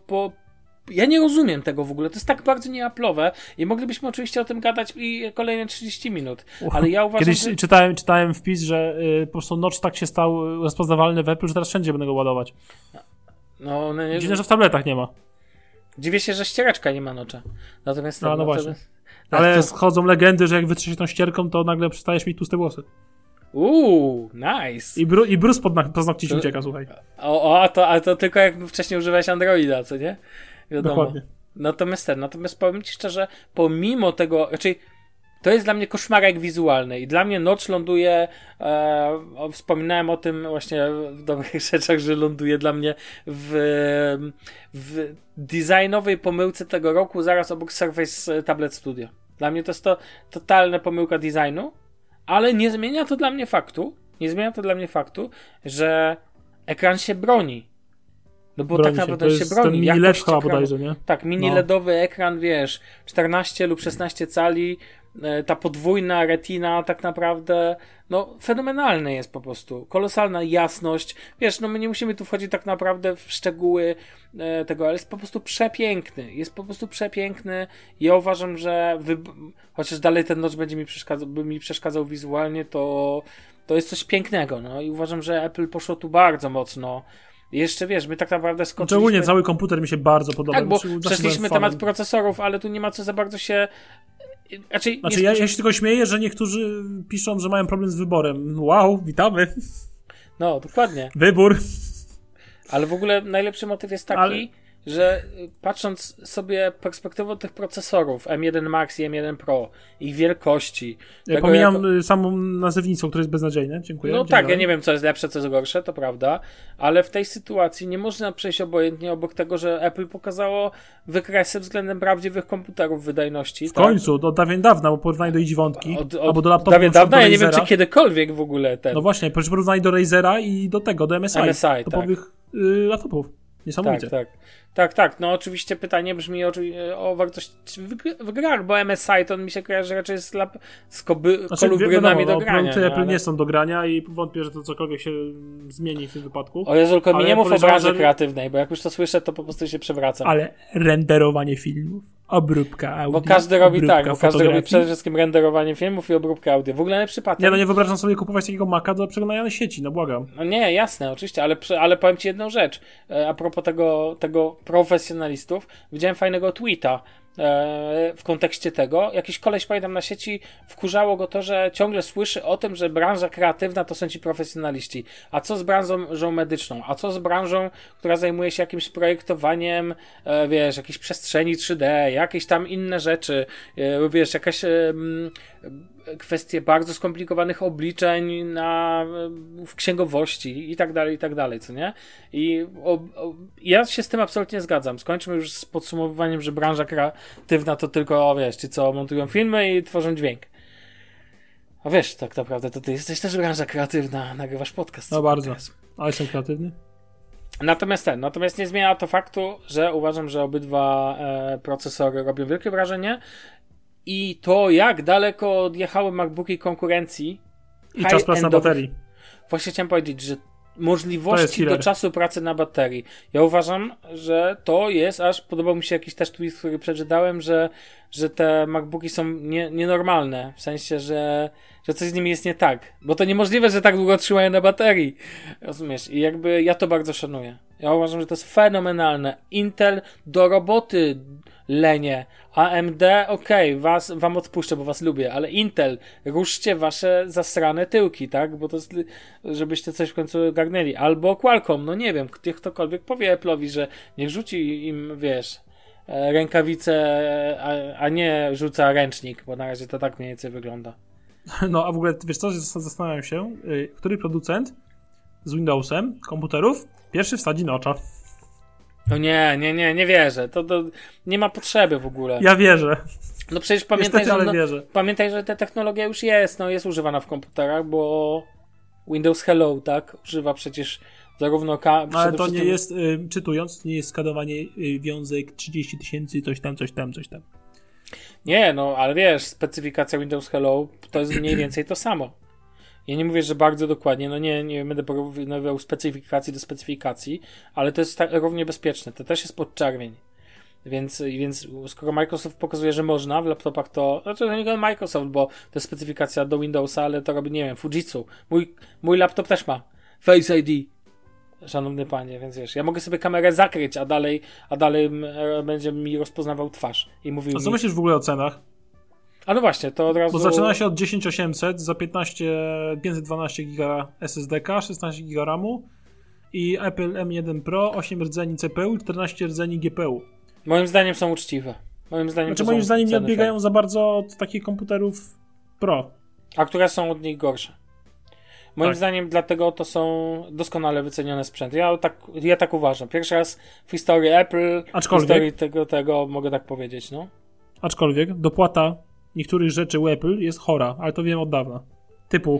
ja nie rozumiem tego w ogóle. To jest tak bardzo nieaplowe i moglibyśmy oczywiście o tym gadać i kolejne 30 minut. Ale ja uważam, Kiedyś czytałem wpis, że po prostu notch tak się stał rozpoznawalny w Apple, że teraz wszędzie będę go ładować. Dziwne, że w tabletach nie ma. Dziwię się, że ściereczka nie ma notcha. Natomiast no właśnie. Ale schodzą legendy, że jak wytrzesz się tą ścierką, to nagle przestajesz mieć tłuste włosy. Nice. I bruz pod paznokci ci ucieka, słuchaj. Ale to tylko jak wcześniej używałeś Androida, co nie? Wiadomo. Dokładnie. Natomiast powiem ci szczerze, pomimo tego, to jest dla mnie koszmarek wizualny i dla mnie notch ląduje, wspominałem o tym właśnie w dobrych rzeczach, że ląduje dla mnie w designowej pomyłce tego roku zaraz obok Surface Tablet Studio. Dla mnie to jest to totalna pomyłka designu, ale nie zmienia to dla mnie faktu, że ekran się broni. No bo tak naprawdę się broni. Ten mini LED chyba bodajże, nie? Tak, mini LEDowy ekran, 14 lub 16 cali, ta podwójna retina tak naprawdę, fenomenalny jest po prostu. Kolosalna jasność. My nie musimy tu wchodzić tak naprawdę w szczegóły tego, ale jest po prostu przepiękny. Ja uważam, że chociaż dalej ten notch by mi przeszkadzał wizualnie, to jest coś pięknego, i uważam, że Apple poszło tu bardzo mocno. Jeszcze my tak naprawdę skończyliśmy... Szczególnie cały komputer mi się bardzo podoba. Tak, bo przeszliśmy temat procesorów, ale tu nie ma co za bardzo się... Ja się tylko śmieję, że niektórzy piszą, że mają problem z wyborem. Wow, witamy. No, dokładnie. Wybór. Ale w ogóle najlepszy motyw jest taki, że patrząc sobie perspektywą tych procesorów M1 Max i M1 Pro, ich wielkości... Pomijam samą nazewnictwo, które jest beznadziejne. Dziękuję. Ja nie wiem, co jest lepsze, co jest gorsze, to prawda, ale w tej sytuacji nie można przejść obojętnie obok tego, że Apple pokazało wykresy względem prawdziwych komputerów wydajności. W końcu, od dawien dawna, bo porównanie do i9, albo do laptopu. Dawien dawna, ja nie wiem, czy kiedykolwiek w ogóle ten... No właśnie, porównanie do Razera i do MSI topowych laptopów. Niesamowicie. Tak. No oczywiście pytanie brzmi o wartość w grach, bo MSI to mi się kojarzy raczej z kolumbrynami do grania. Apple nie są do grania i wątpię, że to cokolwiek się zmieni w tym wypadku. O Jezu, tylko mi nie mów o branży kreatywnej, bo jak już to słyszę, to po prostu się przewracam. Ale renderowanie filmów, obróbka audio. Bo każdy robi przede wszystkim renderowanie filmów i obróbkę audio. W ogóle nie przypadek. Nie wyobrażam sobie kupować takiego Maca do przeglądania sieci, błagam. No nie, jasne, oczywiście, ale powiem ci jedną rzecz. A propos tego profesjonalistów, widziałem fajnego tweeta w kontekście tego. Jakiś koleś, pamiętam, na sieci wkurzało go to, że ciągle słyszy o tym, że branża kreatywna to są ci profesjonaliści. A co z branżą medyczną? A co z branżą, która zajmuje się jakimś projektowaniem, wiesz, jakiejś przestrzeni 3D, jakieś tam inne rzeczy, wiesz, jakaś kwestie bardzo skomplikowanych obliczeń w księgowości i tak dalej, co nie? I ja się z tym absolutnie zgadzam. Skończmy już z podsumowywaniem, że branża kreatywna to tylko, wiesz, ci co montują filmy i tworzą dźwięk. A wiesz, tak naprawdę to ty jesteś też branża kreatywna, nagrywasz podcast. No bardzo, ale jestem kreatywny. Natomiast nie zmienia to faktu, że uważam, że obydwa procesory robią wielkie wrażenie i to, jak daleko odjechały MacBooki konkurencji i czas pracy na baterii. Właśnie chciałem powiedzieć, że możliwości do czasu pracy na baterii. Ja uważam, że to jest podobał mi się jakiś też tweet, który przeczytałem, że te MacBooki są nienormalne. W sensie, że coś z nimi jest nie tak. Bo to niemożliwe, że tak długo trzymają na baterii. Rozumiesz? I jakby ja to bardzo szanuję. Ja uważam, że to jest fenomenalne. Intel do roboty lenie. AMD, wam odpuszczę, bo was lubię, ale Intel, ruszcie wasze zasrane tyłki, tak? Bo to jest, żebyście coś w końcu garnęli. Albo Qualcomm, no nie wiem, niech ktokolwiek powie Apple'owi, że niech rzuci im, wiesz, rękawice, a nie rzuca ręcznik, bo na razie to tak mniej więcej wygląda. No, a w ogóle, wiesz co, zastanawiam się, który producent z Windowsem komputerów pierwszy wsadzi notcha. No nie wierzę. To nie ma potrzeby w ogóle. Ja wierzę. No przecież pamiętaj, że ta technologia już jest używana w komputerach, bo Windows Hello, tak? Używa przecież zarówno... Ale to nie jest, czytując, nie jest skanowanie wiązek 30 000, coś tam. Nie, no, ale wiesz, specyfikacja Windows Hello to jest mniej więcej to samo. Ja nie mówię, że bardzo dokładnie, no nie będę porównywał specyfikacji do specyfikacji, ale to jest równie bezpieczne. To też jest podczerwień. Więc skoro Microsoft pokazuje, że można w laptopach, to znaczy to nie Microsoft, bo to jest specyfikacja do Windowsa, ale to robi, nie wiem, Fujitsu. Mój laptop też ma Face ID, szanowny panie, więc wiesz, ja mogę sobie kamerę zakryć, a dalej będzie mi rozpoznawał twarz i mówił. A co myślisz w ogóle o cenach? A no właśnie, to od razu... Bo zaczyna się od 10800 za 512 GB SSD-ka, 16 GB RAMu i Apple M1 Pro, 8 rdzeni CPU, 14 rdzeni GPU. Moim zdaniem są uczciwe. Moim zdaniem nie odbiegają za bardzo od takich komputerów Pro. A które są od nich gorsze. Moim zdaniem dlatego to są doskonale wycenione sprzęty. Ja tak uważam. Pierwszy raz w historii Apple, w historii tego mogę tak powiedzieć, no. Aczkolwiek dopłata niektórych rzeczy u Apple jest chora, ale to wiem od dawna. Typu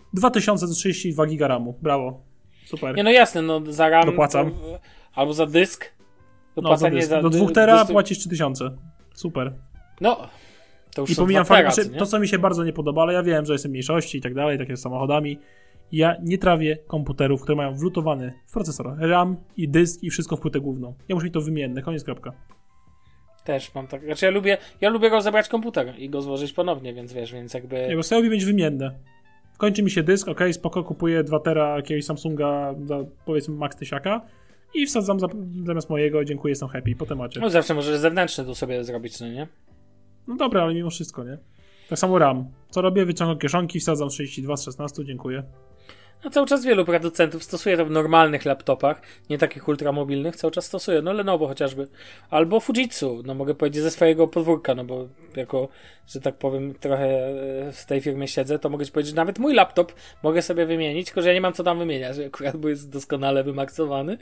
2032 GB RAMu. Brawo. Super. Nie, no jasne, no za RAM dopłacam. Albo za dysk. Dopłacanie do 2 tera płacisz 3000. Super. No, to już i pomijam fakt, że to co mi się bardzo nie podoba, ale ja wiem, że jestem mniejszości i tak dalej, tak jest z samochodami. Ja nie trawię komputerów, które mają wlutowany w procesor RAM i dysk i wszystko w płytę główną. Ja muszę mieć to wymienne, koniec, kropka. Też mam tak. Znaczy ja lubię rozebrać komputer i go złożyć ponownie, więc wiesz, więc jakby... Ja go sobie lubię mieć wymienne. Kończy mi się dysk, spoko, kupuję 2 tera jakiegoś Samsunga za powiedzmy max 1000 i wsadzam zamiast mojego, dziękuję, jestem happy, po temacie. No zawsze możesz zewnętrzny tu sobie zrobić, no nie? No dobra, ale mimo wszystko, nie? Tak samo RAM. Co robię? Wyciągam kieszonki, wsadzam 32 z 16, dziękuję. No cały czas wielu producentów stosuje to w normalnych laptopach, nie takich ultramobilnych, cały czas stosuje, no Lenovo chociażby, albo Fujitsu, no mogę powiedzieć ze swojego podwórka, no bo jako, że tak powiem, trochę w tej firmie siedzę, to mogę ci powiedzieć, że nawet mój laptop mogę sobie wymienić, tylko że ja nie mam co tam wymieniać, akurat bo jest doskonale wymaksowany,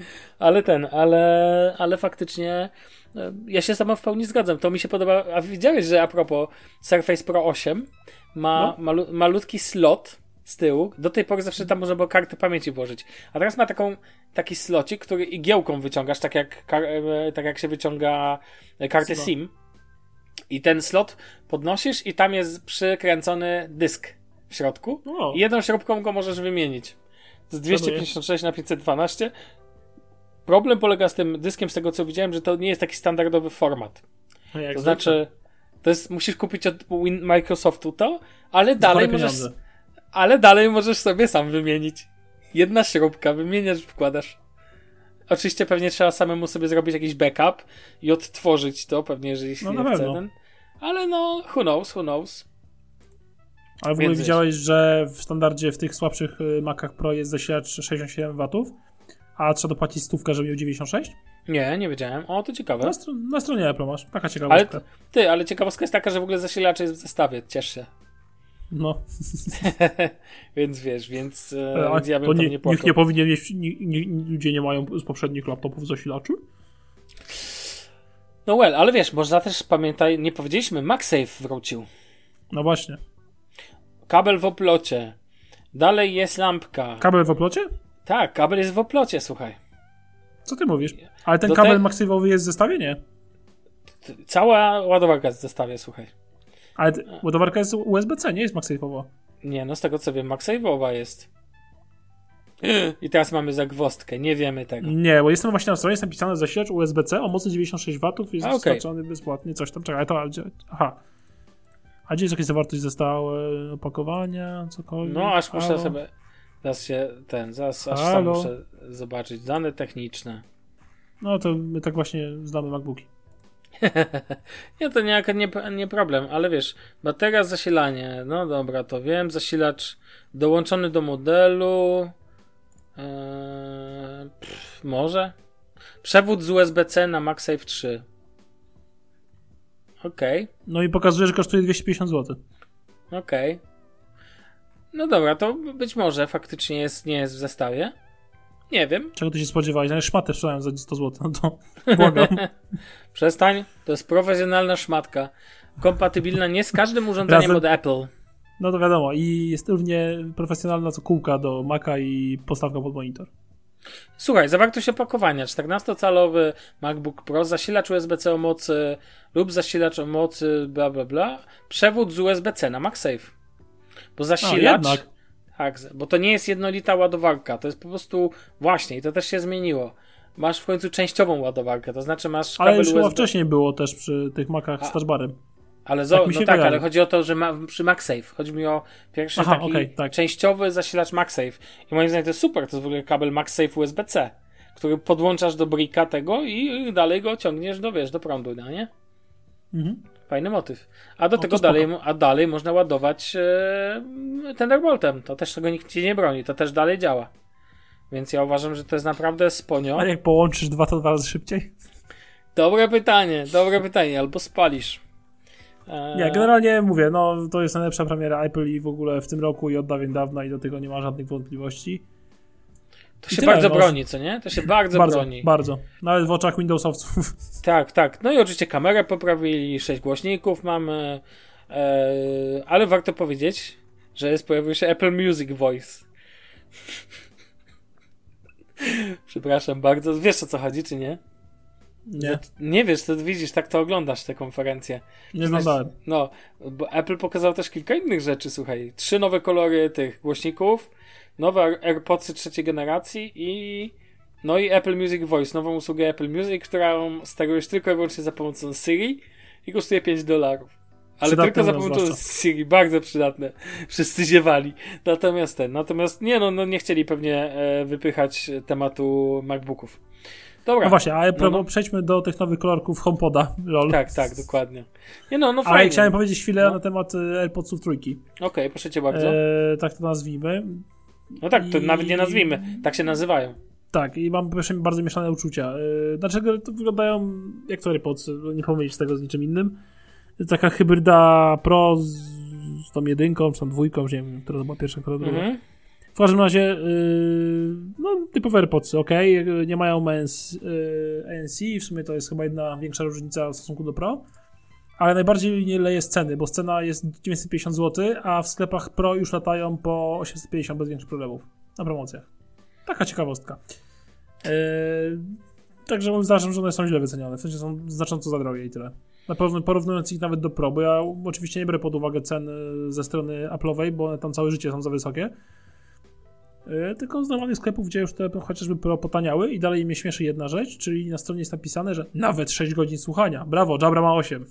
ale faktycznie ja się sama w pełni zgadzam, to mi się podoba, a widziałeś, że a propos Surface Pro 8 ma malutki slot z tyłu. Do tej pory zawsze tam można było kartę pamięci włożyć. A teraz ma taki slocik, który igiełką wyciągasz, tak jak się wyciąga kartę SIM. I ten slot podnosisz i tam jest przykręcony dysk w środku. I jedną śrubką go możesz wymienić. To jest 256 na 512. Problem polega z tym dyskiem, z tego co widziałem, że to nie jest taki standardowy format. To znaczy, musisz kupić od Microsoftu to, ale dalej możesz sobie sam wymienić. Jedna śrubka, wymieniasz, wkładasz. Oczywiście pewnie trzeba samemu sobie zrobić jakiś backup i odtworzyć to, pewnie, jeżeli jeśli nie chce ten. Ale no, who knows. Ale w ogóle widziałeś, że w standardzie w tych słabszych Macach Pro jest zasilacz 67 W, a trzeba dopłacić 100, żeby miał 96? Nie wiedziałem. O, to ciekawe. Na stronie Apple masz. Taka ciekawostka. Ale ciekawostka jest taka, że w ogóle zasilacz jest w zestawie. Ciesz się. No. Więc ja bym to tam nie płakał. Nikt nie powinien mieć, ludzie nie mają z poprzednich laptopów zasilaczy? No ale wiesz, można też, pamiętaj, nie powiedzieliśmy, MagSafe wrócił. No właśnie. Kabel w oplocie. Dalej jest lampka. Kabel w oplocie? Tak, kabel jest w oplocie, słuchaj. Co ty mówisz? Ale ten kabel MagSafe'owy jest w zestawie? Nie. Cała ładowarka jest w zestawie, słuchaj. Ale ładowarka jest USB-C, nie jest MagSafe'owa. Nie, no z tego co wiem, MagSafe'owa jest. I teraz mamy zagwozdkę, nie wiemy tego. Nie, bo jestem właśnie na stronie, jest napisane zasilacz USB-C o mocy 96 W, jest dostarczony bezpłatnie, coś tam. Czekaj, aha. A gdzie jest jakaś zawartość została, opakowania, cokolwiek? No, aż muszę sobie... Zaraz muszę zobaczyć. Dane techniczne. No to my tak właśnie znamy MacBooki. Nie, to nie problem, ale wiesz, bateria, zasilanie, no dobra, to wiem, zasilacz dołączony do modelu, może? Przewód z USB-C na MagSafe 3. Okej. No i pokazuje, że kosztuje 250 zł. Okej. No dobra, to być może faktycznie nie jest w zestawie. Nie wiem. Czego ty się spodziewałeś? No szmatę sprzedałem za 100 zł, no to błagam. Przestań, to jest profesjonalna szmatka. Kompatybilna nie z każdym urządzeniem od Apple. No to wiadomo, i jest równie profesjonalna co kółka do Maca i postawka pod monitor. Słuchaj, zawartość opakowania: 14-calowy MacBook Pro, zasilacz USB-C o mocy lub zasilacz o mocy bla bla bla, przewód z USB-C na MagSafe. Bo zasilacz... Tak, bo to nie jest jednolita ładowarka, to jest po prostu właśnie, i to też się zmieniło. Masz w końcu częściową ładowarkę, to znaczy masz kabel ale już USB. chyba wcześniej było też przy tych Macach z touchbarem. Ale ale chodzi o to, że przy MagSafe. Chodzi mi o pierwszy częściowy zasilacz MagSafe. I moim zdaniem to jest super, to jest w ogóle kabel MagSafe USB-C, który podłączasz do bricka tego i dalej go ciągniesz do prądu, no nie? Mhm. Fajny motyw. A do tego dalej można ładować Thunderboltem. To też tego nikt ci nie broni. To też dalej działa. Więc ja uważam, że to jest naprawdę sponio. A jak połączysz dwa, to 2 razy szybciej? Dobre pytanie. Albo spalisz. Nie, generalnie mówię, no to jest najlepsza premiera Apple i w ogóle w tym roku i od dawna i do tego nie ma żadnych wątpliwości. To się bardzo broni, co nie? To się bardzo broni. Bardzo. Nawet w oczach Windowsowców. Tak. No i oczywiście kamerę poprawili, 6 głośników mamy, ale warto powiedzieć, że pojawił się Apple Music Voice. Przepraszam bardzo. Wiesz, o co chodzi, czy nie? Nie. Nie wiesz, to widzisz, tak to oglądasz tę konferencję. Nie oglądałem. No, bo Apple pokazał też kilka innych rzeczy, słuchaj. 3 nowe kolory tych głośników, nowe AirPodsy 3. generacji i Apple Music Voice, nową usługę Apple Music, którą sterujesz tylko i wyłącznie za pomocą Siri i kosztuje $5. Ale przydatne tylko za pomocą Siri, bardzo przydatne. Wszyscy ziewali. Natomiast nie chcieli pewnie wypychać tematu MacBooków. Dobra. No właśnie, ale przejdźmy do tych nowych kolorków HomePoda. Lol. Tak, dokładnie. Ale fajnie. chciałem powiedzieć chwilę na temat AirPodsów 3. Okej, proszę cię bardzo. Tak to nazwijmy. No tak, to nawet nie nazwijmy. Tak się nazywają. Tak, i mam bardzo mieszane uczucia. Dlaczego to wyglądają jak to AirPods? Nie pomylić tego z niczym innym. Taka hybryda Pro z tą 1, czy tą 2, nie wiem, która to była pierwsza, która druga. W każdym razie typowe AirPods, nie mają ANC, w sumie to jest chyba jedna większa różnica w stosunku do Pro, ale najbardziej nie leje z ceny, bo cena jest 950 zł, a w sklepach Pro już latają po 850 bez większych problemów na promocjach. Taka ciekawostka. Także uważam, że one są źle wycenione, w sensie są znacząco za drogie i tyle. Na pewno porównując ich nawet do Pro, bo ja oczywiście nie biorę pod uwagę cen ze strony Apple'owej, bo one tam całe życie są za wysokie. Tylko z normalnych sklepów, gdzie już te chociażby Pro potaniały i dalej mnie śmieszy jedna rzecz, czyli na stronie jest napisane, że nawet 6 godzin słuchania. Brawo, Jabra ma 8.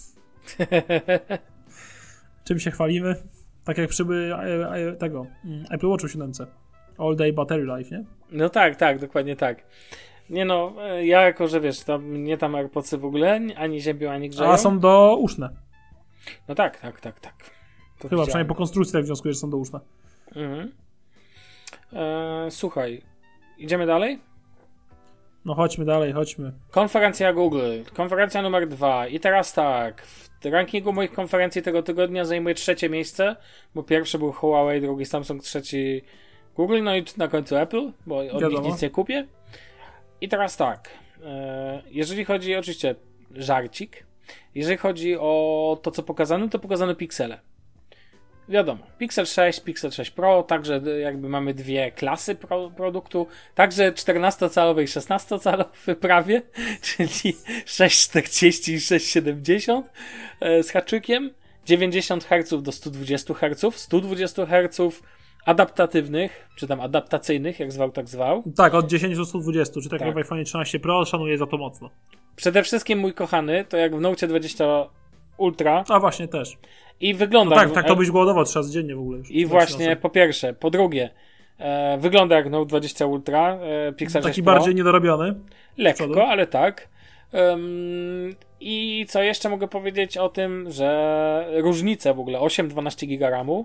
Czym się chwalimy? Tak jak przyby tego Apple Watchu 7. All Day Battery Life, nie? No tak, dokładnie tak. Nie no, ja jako, że wiesz, tam nie tam AirPodsy w ogóle, ani ziębią, ani grzeją. A są douszne. No tak. To Chyba, widziałem. przynajmniej po konstrukcji tak wnioskuję, że są douszne. Mhm. Słuchaj, idziemy dalej? No chodźmy dalej. Konferencja Google, konferencja numer 2 i teraz tak, w rankingu moich konferencji tego tygodnia zajmuje 3. miejsce, bo pierwszy był Huawei, drugi Samsung, trzeci Google, no i na końcu Apple, bo od nich nic nie kupię. I teraz tak, jeżeli chodzi, oczywiście żarcik, jeżeli chodzi o to, co pokazano, to pokazano piksele. Wiadomo, Pixel 6, Pixel 6 Pro, także jakby mamy dwie klasy produktu, także 14-calowej i 16-calowej prawie, czyli 640 i 670 z haczykiem, 90 Hz do 120 Hz, 120 Hz adaptatywnych, czy tam adaptacyjnych, jak zwał, tak zwał. Tak, od 10 do 120, czy tak jak Tak. w iPhone 13 Pro, szanuję za to mocno. Przede wszystkim mój kochany, to jak w Note 20 Ultra A właśnie też. i wygląda... No tak to byś głodował 3 razy dziennie w ogóle już. I właśnie, po pierwsze. Po drugie, wygląda jak Note 20 Ultra, Pixel 6 Taki Pro. bardziej niedorobiony. Lekko, ale tak. I co jeszcze mogę powiedzieć o tym, że różnice w ogóle 8-12 GB RAMu,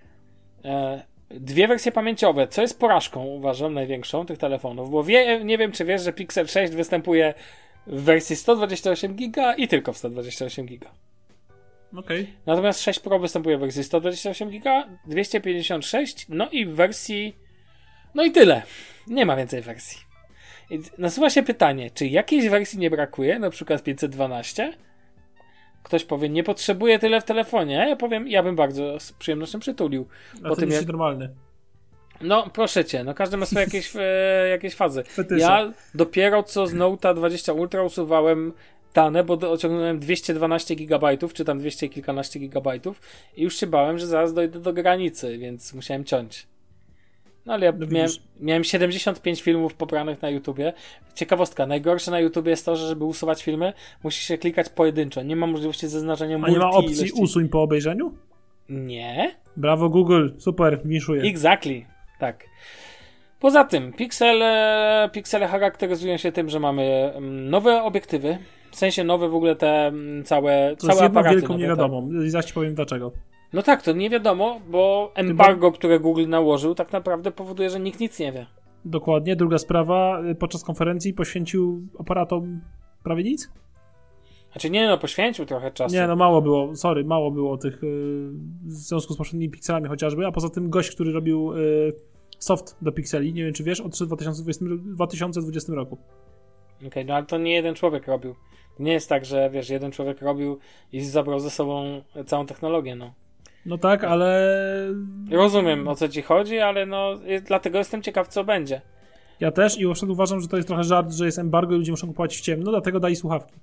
dwie wersje pamięciowe, co jest porażką, uważam, największą tych telefonów, bo nie wiem, czy wiesz, że Pixel 6 występuje w wersji 128 GB i tylko w 128 GB. Okej. Natomiast 6 Pro występuje w wersji 128 GB, 256, no i w wersji... No i tyle. Nie ma więcej wersji. I nasuwa się pytanie, czy jakiejś wersji nie brakuje, na przykład 512? Ktoś powie, nie potrzebuję tyle w telefonie, a ja powiem, ja bym bardzo z przyjemnością przytulił. A Po to tym jest jak... normalny. No proszę cię, no każdy ma swoje jakieś fazy. Fetysze. Ja dopiero co z Note'a 20 Ultra usuwałem dane, bo ociągnąłem 212 GB, czy tam 200 kilkanaście gigabajtów i już się bałem, że zaraz dojdę do granicy, więc musiałem ciąć. No ale ja miałem 75 filmów pobranych na YouTubie. Ciekawostka, najgorsze na YouTubie jest to, że żeby usuwać filmy, musi się klikać pojedynczo. Nie ma możliwości zaznaczenia multi. A nie ma opcji ilości. usuń po obejrzeniu? Nie. Brawo Google, super, winszuję. Exactly, tak. Poza tym, piksele charakteryzują się tym, że mamy nowe obiektywy, w sensie nowe w ogóle te całe To jest jedną aparaty. wielką nowe, niewiadomą. I zaś ci powiem dlaczego. No tak, to nie wiadomo, bo embargo, które Google nałożył, tak naprawdę powoduje, że nikt nic nie wie. Dokładnie. Druga sprawa, podczas konferencji poświęcił aparatom prawie nic? Znaczy nie, no poświęcił trochę czasu. Nie, no mało było tych w związku z poprzednimi pikselami chociażby, a poza tym gość, który robił soft do pikseli, nie wiem czy wiesz, odszedł w 2020 roku. Okej, no ale to nie jeden człowiek robił. To nie jest tak, że wiesz, jeden człowiek robił i zabrał ze sobą całą technologię, no. No tak, ale... Rozumiem, o co ci chodzi, ale no dlatego jestem ciekaw, co będzie. Ja też i właśnie uważam, że to jest trochę żart, że jest embargo i ludzie muszą kupować w ciemno, dlatego dali słuchawki.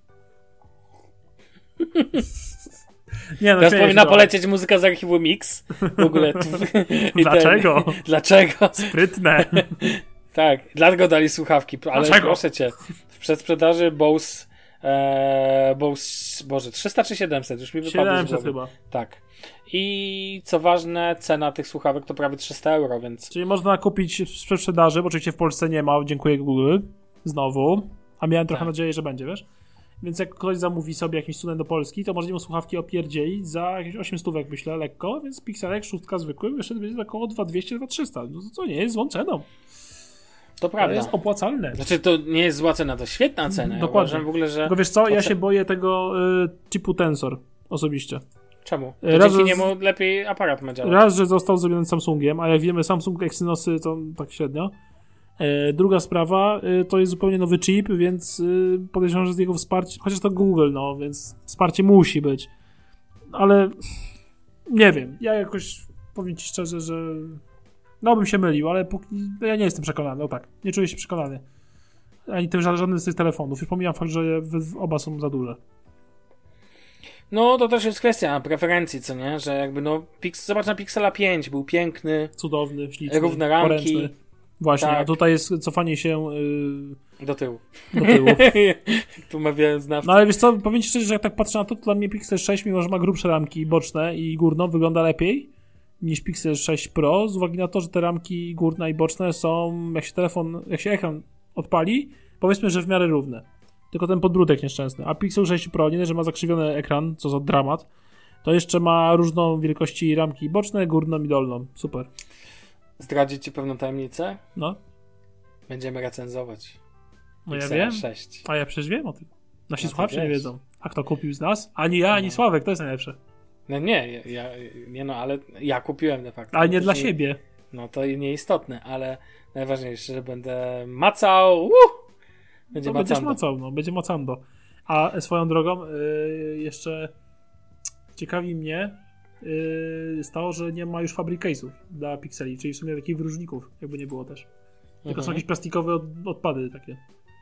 Nie, no, Teraz powinna się, polecieć muzyka z archiwum Mix. W ogóle. Dlaczego? Dlaczego? Sprytne. Tak, dlatego dali słuchawki. Ale Dlaczego? proszę cię, w przedsprzedaży Bose, Boże, 300 czy 700? Już mi wypadło z 700 głowy. chyba. Tak. I co ważne, cena tych słuchawek to prawie 300 euro, więc... Czyli można kupić w przedsprzedaży, bo oczywiście w Polsce nie ma, dziękuję Google, znowu. A miałem trochę nadzieję, że będzie, wiesz? Więc jak ktoś zamówi sobie jakimś cudem do Polski, to może mu słuchawki opierdzielić za jakieś 8 stówek, myślę, lekko, więc Pixelek 6 zwykły jeszcze będzie za około 2200-2300. No to co nie jest złą ceną. To prawda. To jest opłacalne. Znaczy to nie jest zła cena, to świetna cena. Ja Dokładnie. uważam w ogóle, że... Tylko wiesz co, ja się boję tego chipu Tensor osobiście. Czemu? Raz, Dzięki że- niemu lepiej aparat ma działać. Raz, że został zrobiony Samsungiem, a jak wiemy Samsung Exynosy to tak średnio. Druga sprawa, to jest zupełnie nowy chip, więc podejrzewam, że z jego wsparciem, chociaż to Google, no, więc wsparcie musi być. Ale nie wiem, ja jakoś powiem ci szczerze, że no bym się mylił, ale ja nie jestem przekonany, no tak, nie czuję się przekonany. Ani tym żadnym z tych telefonów. Już pomijam fakt, że oba są za duże. No to też jest kwestia preferencji, co nie? Że jakby no, zobacz na Pixela 5, był piękny, Cudowny, śliczny, równe ramki. poręczny. Właśnie, Tak. a tutaj jest cofanie się do tyłu. do tyłu. Tu mawiałem znawcę. No ale wiesz co, powiem ci szczerze, że jak tak patrzę na to dla mnie Pixel 6, mimo że ma grubsze ramki boczne i górną, wygląda lepiej niż Pixel 6 Pro, z uwagi na to, że te ramki górna i boczne są, jak się ekran odpali, powiedzmy, że w miarę równe. Tylko ten podbródek nieszczęsny. A Pixel 6 Pro, nie dość, że ma zakrzywiony ekran, co za dramat, to jeszcze ma różną wielkości ramki boczne, górną i dolną. Super. Zdradzić ci pewną tajemnicę? No. Będziemy recenzować. No ja Pixela wiem. 6. A ja przecież wiem o tym. Nasi No słuchacze nie wiesz. wiedzą. A kto kupił z nas? Ani ja, ani Sławek, to jest najlepsze. No nie, ale ja kupiłem de facto. Ale nie To dla się- siebie. No to nieistotne, ale najważniejsze, że będę macał. Będzie To będziesz macando. macał, no, będzie macando. A swoją drogą, jeszcze ciekawi mnie stało, że nie ma już fabryk case'ów dla Pixeli, czyli w sumie takich wyróżników, jakby nie było też. Tylko są jakieś plastikowe odpady takie.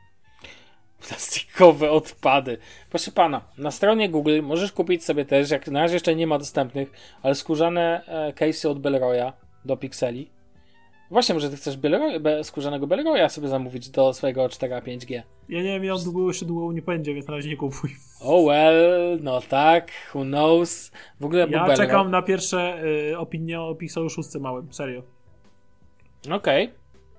Plastikowe odpady. Proszę pana, na stronie Google możesz kupić sobie też, jak na razie jeszcze nie ma dostępnych, ale case'y od Bellroya do Pixeli. Właśnie, może ty chcesz skórzanego Bellroya sobie zamówić do swojego 4A 5G. Ja nie wiem, ja jeszcze długo nie będzie, więc na razie nie kupuj. Oh well, no tak, who knows. W ogóle Ja Bellroy. czekam na pierwsze opinie o Pixelu 6 małym, serio. Okej.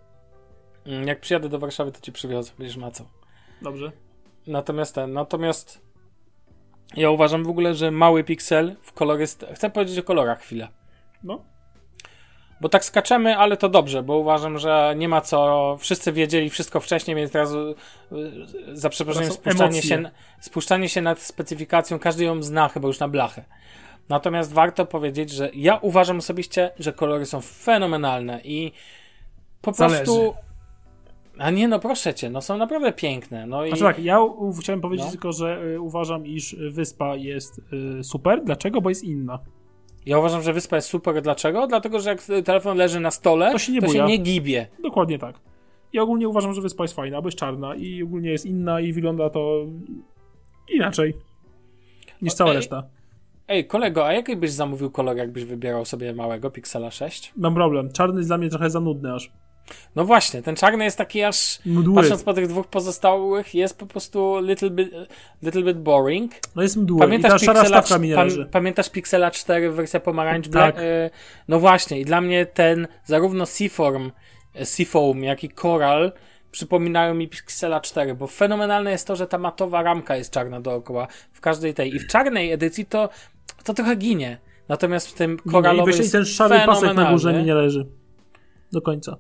Jak przyjadę do Warszawy, to ci przywiozę, będziesz macał. Dobrze. Natomiast ja uważam w ogóle, że mały Pixel w chcę powiedzieć o kolorach chwilę. No. Bo tak skaczemy, ale to dobrze, bo uważam, że nie ma co, wszyscy wiedzieli wszystko wcześniej, więc teraz za przeproszeniem spuszczanie się nad specyfikacją, każdy ją zna chyba już na blachę. Natomiast warto powiedzieć, że ja uważam osobiście, że kolory są fenomenalne i po prostu... A nie, no proszę cię, no są naprawdę piękne. No i... Znaczy tak, ja chciałem powiedzieć No. tylko, że uważam, iż Wyspa jest super. Dlaczego? Bo jest inna. Ja uważam, że Wyspa jest super. Dlaczego? Dlatego, że jak telefon leży na stole, To się nie gibie. Dokładnie tak. Ja ogólnie uważam, że Wyspa jest fajna, bo jest czarna i ogólnie jest inna i wygląda to inaczej niż cała reszta. Ej, kolego, a jaki byś zamówił kolor, jakbyś wybierał sobie małego Pixela 6? Mam problem. Czarny jest dla mnie trochę za nudny aż. No właśnie, ten czarny jest taki aż, Mdły. patrząc po tych dwóch pozostałych, jest po prostu little bit boring. No jest mdły. Pamiętasz I ta szara stawka mi nie leży. Pamiętasz Pixela 4 wersja pomarańcz? Tak. No właśnie, i dla mnie ten zarówno Seafoam, jak i Coral przypominają mi Pixela 4, bo fenomenalne jest to, że ta matowa ramka jest czarna dookoła w każdej tej. I w czarnej edycji to trochę ginie. Natomiast w tym koralowym I ten szary pasek na górze mi nie leży. Do końca.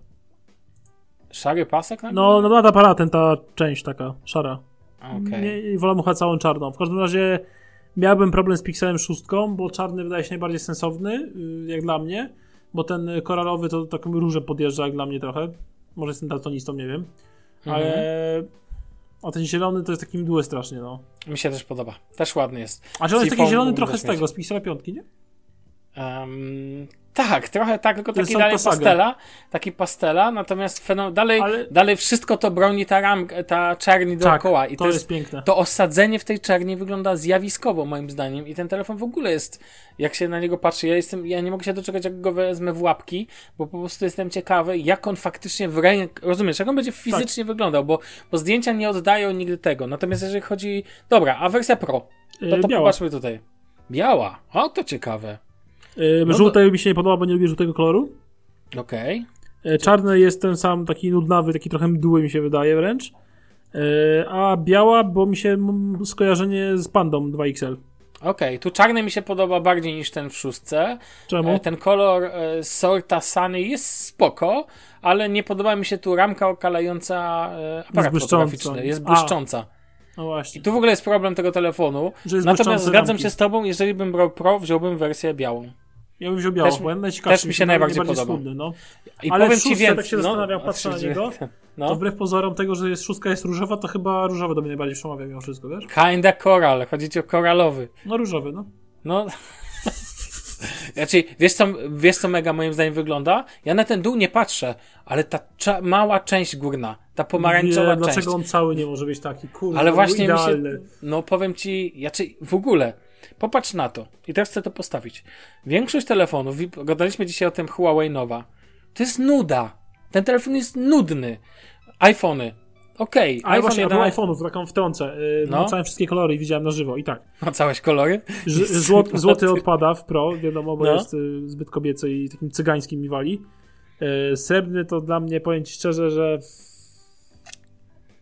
Szary pasek na górze? No nad aparatem ta część taka szara. Okay. Nie, wolę mu chyba całą czarną. W każdym razie miałbym problem z Pixelem 6, bo czarny wydaje się najbardziej sensowny, jak dla mnie, bo ten koralowy to taką różę podjeżdża jak dla mnie trochę. Może jestem daltonistą, nie wiem. Ale a ten zielony to jest taki mdły strasznie, no. Mi się też podoba. Też ładny jest. A czy on jest taki zielony trochę z tego, z Pixela 5, nie? Tak, trochę tak, tylko taki dalej taki pastela, natomiast dalej wszystko to broni ta czerni dookoła. I to jest piękne. To osadzenie w tej czerni wygląda zjawiskowo moim zdaniem i ten telefon w ogóle jest, jak się na niego patrzy, ja nie mogę się doczekać, jak go wezmę w łapki, bo po prostu jestem ciekawy, jak on faktycznie rozumiesz, jak on będzie fizycznie wyglądał, bo zdjęcia nie oddają nigdy tego. Natomiast jeżeli chodzi, dobra, a wersja Pro, to popatrzmy tutaj. Biała, o to ciekawe. Żółte mi się nie podoba, bo nie lubię żółtego koloru. Okej. Czarny jest ten sam, taki nudnawy, taki trochę mdły mi się wydaje wręcz. A biała, bo mi się skojarzenie z Pandą 2XL. Okej, tu czarny mi się podoba bardziej niż ten w 6. Czemu? Ten kolor Sorta Sunny jest spoko, ale nie podoba mi się tu ramka okalająca aparat fotograficzny. Jest błyszcząca. No właśnie. I tu w ogóle jest problem tego telefonu. Natomiast zgadzam się z tobą, jeżeli bym brał Pro, wziąłbym wersję białą. Ja bym wziął białą, bo też mi się najbardziej podoba. Schudny, no. I ale powiem w 6 ci tak się zastanawiam, patrzę na niego, no. to wbrew pozorom tego, że 6 jest różowa, to chyba różowy do mnie najbardziej przemawia mimo wszystko, wiesz? Kinda coral, chodzi ci o koralowy. No różowy, no. No... Znaczy, wiesz co mega moim zdaniem wygląda? Ja na ten dół nie patrzę, ale ta mała część górna, ta pomarańczowa część. Dlaczego on cały nie może być taki? Kurde, ale właśnie idealny. mi się, no powiem ci, w ogóle, popatrz na to i teraz chcę to postawić. Większość telefonów, gadaliśmy dzisiaj o tym Huawei Nova, to jest nuda. Ten telefon jest nudny. iPhony. Okej. Ale właśnie, a iPhone'ów, taką wtrącę. Macałem wszystkie kolory i widziałem na żywo i tak. Macałeś kolory? Złoty odpada w Pro, wiadomo, bo jest zbyt kobiecy i takim cygańskim mi wali. Srebrny to dla mnie, powiem ci szczerze, że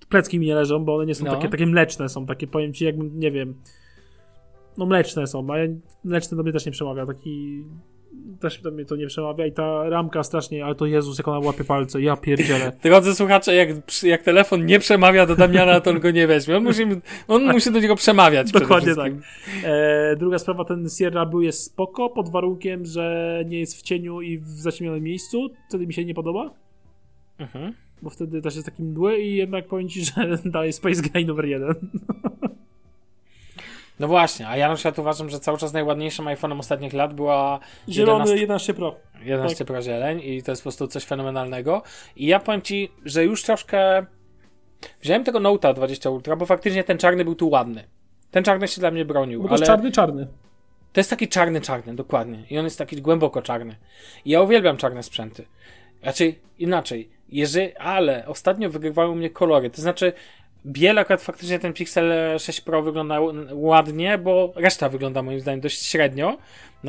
plecki mi nie leżą, bo one nie są takie mleczne, są takie, powiem ci, jakbym, nie wiem, no mleczne są, a mleczne do mnie też nie przemawia, też do mnie to nie przemawia i ta ramka strasznie, ale to Jezus, jak ona łapie palce, ja pierdzielę. Drodzy słuchacze, jak telefon nie przemawia do Damiana, to on go nie weźmie. On musi do niego przemawiać. Dokładnie tak. Druga sprawa, ten Sierra Blue jest spoko, pod warunkiem, że nie jest w cieniu i w zaciemnionym miejscu, wtedy mi się nie podoba. Bo wtedy też jest taki mdły i jednak powiem ci, że dalej Space Gray numer 1. No właśnie, a ja na przykład uważam, że cały czas najładniejszym iPhone'em ostatnich lat była zielony 11 Pro. 11 Pro zieleń i to jest po prostu coś fenomenalnego. I ja powiem ci, że już troszkę wziąłem tego Note'a 20 Ultra, bo faktycznie ten czarny był tu ładny. Ten czarny się dla mnie bronił. Bo to jest czarny. To jest taki czarny, dokładnie. I on jest taki głęboko czarny. I ja uwielbiam czarne sprzęty. Raczej inaczej. Ale ostatnio wygrywały mnie kolory. To znaczy biel akurat faktycznie ten Pixel 6 Pro wygląda ładnie, bo reszta wygląda moim zdaniem dość średnio.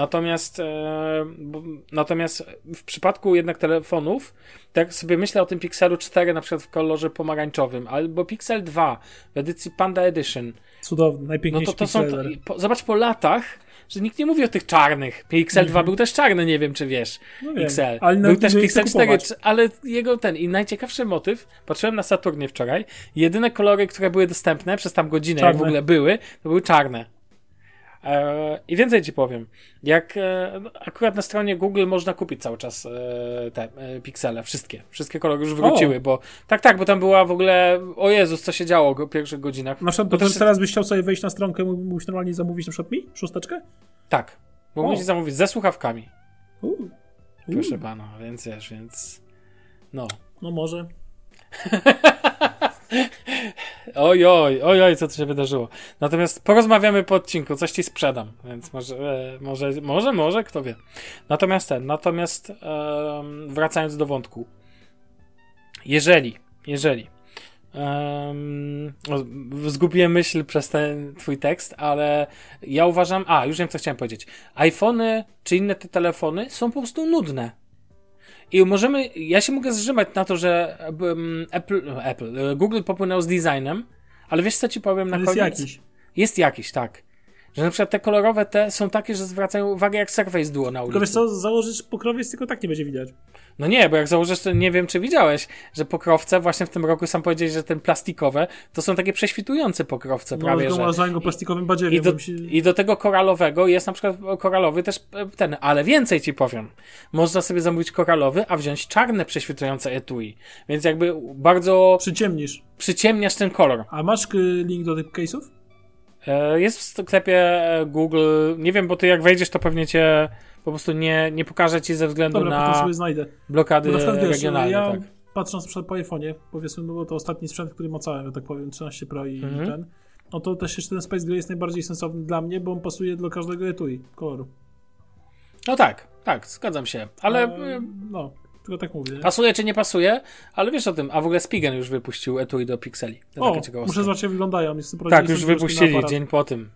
Natomiast w przypadku jednak telefonów, tak sobie myślę o tym Pixelu 4 na przykład w kolorze pomarańczowym, albo Pixel 2 w edycji Panda Edition. Cudowny, najpiękniejszy Pixel. Zobacz po latach, że nikt nie mówi o tych czarnych. Pixel 2 był też czarny, nie wiem czy wiesz. No Pixel. Był też Pixel 4, ale jego i najciekawszy motyw, patrzyłem na Saturnie wczoraj, jedyne kolory, które były dostępne przez tam godzinę, jak w ogóle to były czarne. I więcej ci powiem. Akurat na stronie Google można kupić cały czas te piksele, wszystkie kolory już wróciły, bo bo tam była w ogóle, o Jezus, co się działo w pierwszych godzinach. Na przykład, teraz byś chciał sobie wejść na stronkę, mógłbyś normalnie zamówić na przykład mi? 6? Tak, mógłbyś zamówić ze słuchawkami. Proszę pana, więc no. No może. Oj, co tu się wydarzyło. Natomiast porozmawiamy po odcinku, coś ci sprzedam, więc może, kto wie. Natomiast wracając do wątku. Jeżeli zgubiłem myśl przez ten twój tekst, ale ja uważam, już wiem co chciałem powiedzieć. iPhony czy inne te telefony są po prostu nudne. I ja się mogę zrzymać na to, że Google popłynął z designem, ale wiesz co ci powiem na koniec? Jest jakiś, tak. Że na przykład te kolorowe są takie, że zwracają uwagę jak Surface Duo na ulicy. Tylko wiesz co, założysz pokrowiec, tylko tak nie będzie widać. No nie, bo jak założysz, to nie wiem czy widziałeś, że pokrowce właśnie w tym roku sam powiedzieli, że ten plastikowe, to są takie prześwitujące pokrowce prawie, że... No, go plastikowym badzieriem. I do tego koralowego jest na przykład koralowy też ale więcej ci powiem. Można sobie zamówić koralowy, a wziąć czarne prześwitujące etui. Więc jakby bardzo... Przyciemniasz ten kolor. A masz link do tych case'ów? Jest w sklepie Google. Nie wiem, bo ty jak wejdziesz, to pewnie cię po prostu nie pokaże ci ze względu na sobie znajdę. Blokady regionalne. Ja tak. patrząc na przykład po iPhone'ie, powiedzmy, było to ostatni sprzęt, który mocałem, że tak powiem, 13 Pro i ten. No to też jeszcze ten Space Gray jest najbardziej sensowny dla mnie, bo on pasuje do każdego etui koloru. No tak, zgadzam się. Ale tylko tak mówię. Pasuje czy nie pasuje, ale wiesz o tym. A w ogóle Spigen już wypuścił etui do Pixeli. Muszę zobaczyć jak wyglądają. Już wypuścili dzień po tym.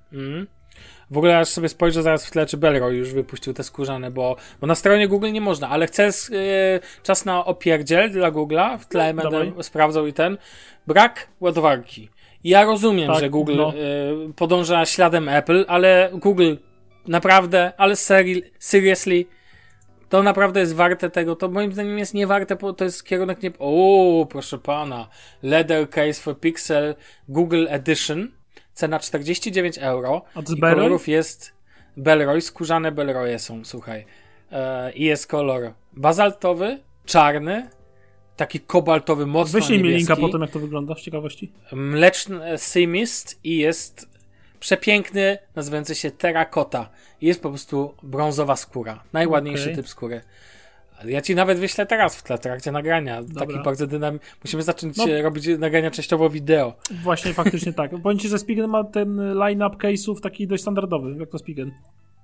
W ogóle aż sobie spojrzę zaraz w tle, czy Bellroy już wypuścił te skórzane, bo na stronie Google nie można, ale chcę czas na opierdziel dla Google'a, w tle będę sprawdzał brak ładowarki. Ja rozumiem, że Google podąża śladem Apple, ale Google naprawdę, ale seriously, to naprawdę jest warte tego, to moim zdaniem jest niewarte, bo to jest kierunek proszę pana, Leather Case for Pixel Google Edition, cena 49 €. A to kolorów jest Bellroy, skórzane Bellroye są, słuchaj. I jest kolor bazaltowy, czarny, taki kobaltowy, mocno niebieski. Wyślij mi linka potem, jak to wygląda, z ciekawości. Mleczny Sea Mist i jest przepiękny, nazywający się terrakota. Jest po prostu brązowa skóra. Najładniejszy typ skóry. Ja ci nawet wyślę teraz w trakcie nagrania. Dobra. Taki bardzo dynamik. Musimy zacząć robić nagrania częściowo wideo. Właśnie, faktycznie tak. Powiem ci, że Spigen ma ten line-up case'ów taki dość standardowy, jak to Spigen.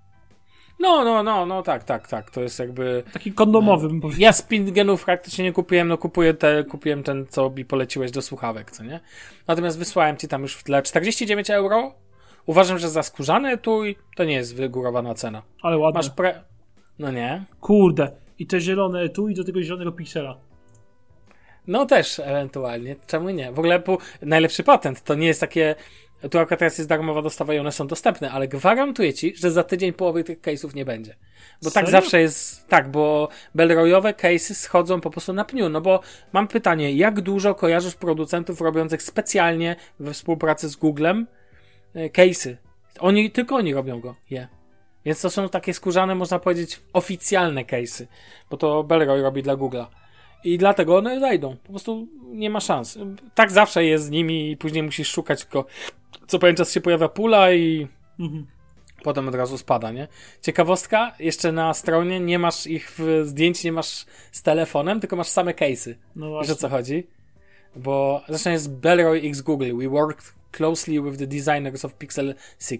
No, tak. To jest jakby... Taki kondomowy, bym powiedział. Ja Spigenów praktycznie nie kupiłem, kupiłem ten, co mi poleciłeś do słuchawek, co nie? Natomiast wysłałem ci tam już w tle 49 €. Uważam, że za skórzane etui to nie jest wygórowana cena. Ale ładne. No nie? Kurde. I te zielone etui do tego zielonego piksela. No też ewentualnie, czemu nie? W ogóle najlepszy patent, to nie jest takie, tu akurat teraz jest darmowa dostawa i one są dostępne, ale gwarantuję ci, że za tydzień połowy tych case'ów nie będzie. Bo tak zawsze jest, tak, bo Bellroyowe case'y schodzą po prostu na pniu, no bo mam pytanie, jak dużo kojarzysz producentów robiących specjalnie we współpracy z Googlem case'y? Tylko oni robią go, Więc to są takie skórzane, można powiedzieć, oficjalne case'y, bo to Bellroy robi dla Google'a. I dlatego one zajdą. Po prostu nie ma szans. Tak zawsze jest z nimi i później musisz szukać, tylko co pewien czas się pojawia pula i potem od razu spada, nie? Ciekawostka, jeszcze na stronie nie masz ich zdjęć, nie masz z telefonem, tylko masz same case'y. No właśnie. Wiesz, o co chodzi? Bo zresztą jest Bellroy x Google. We worked closely with the designers of Pixel 6.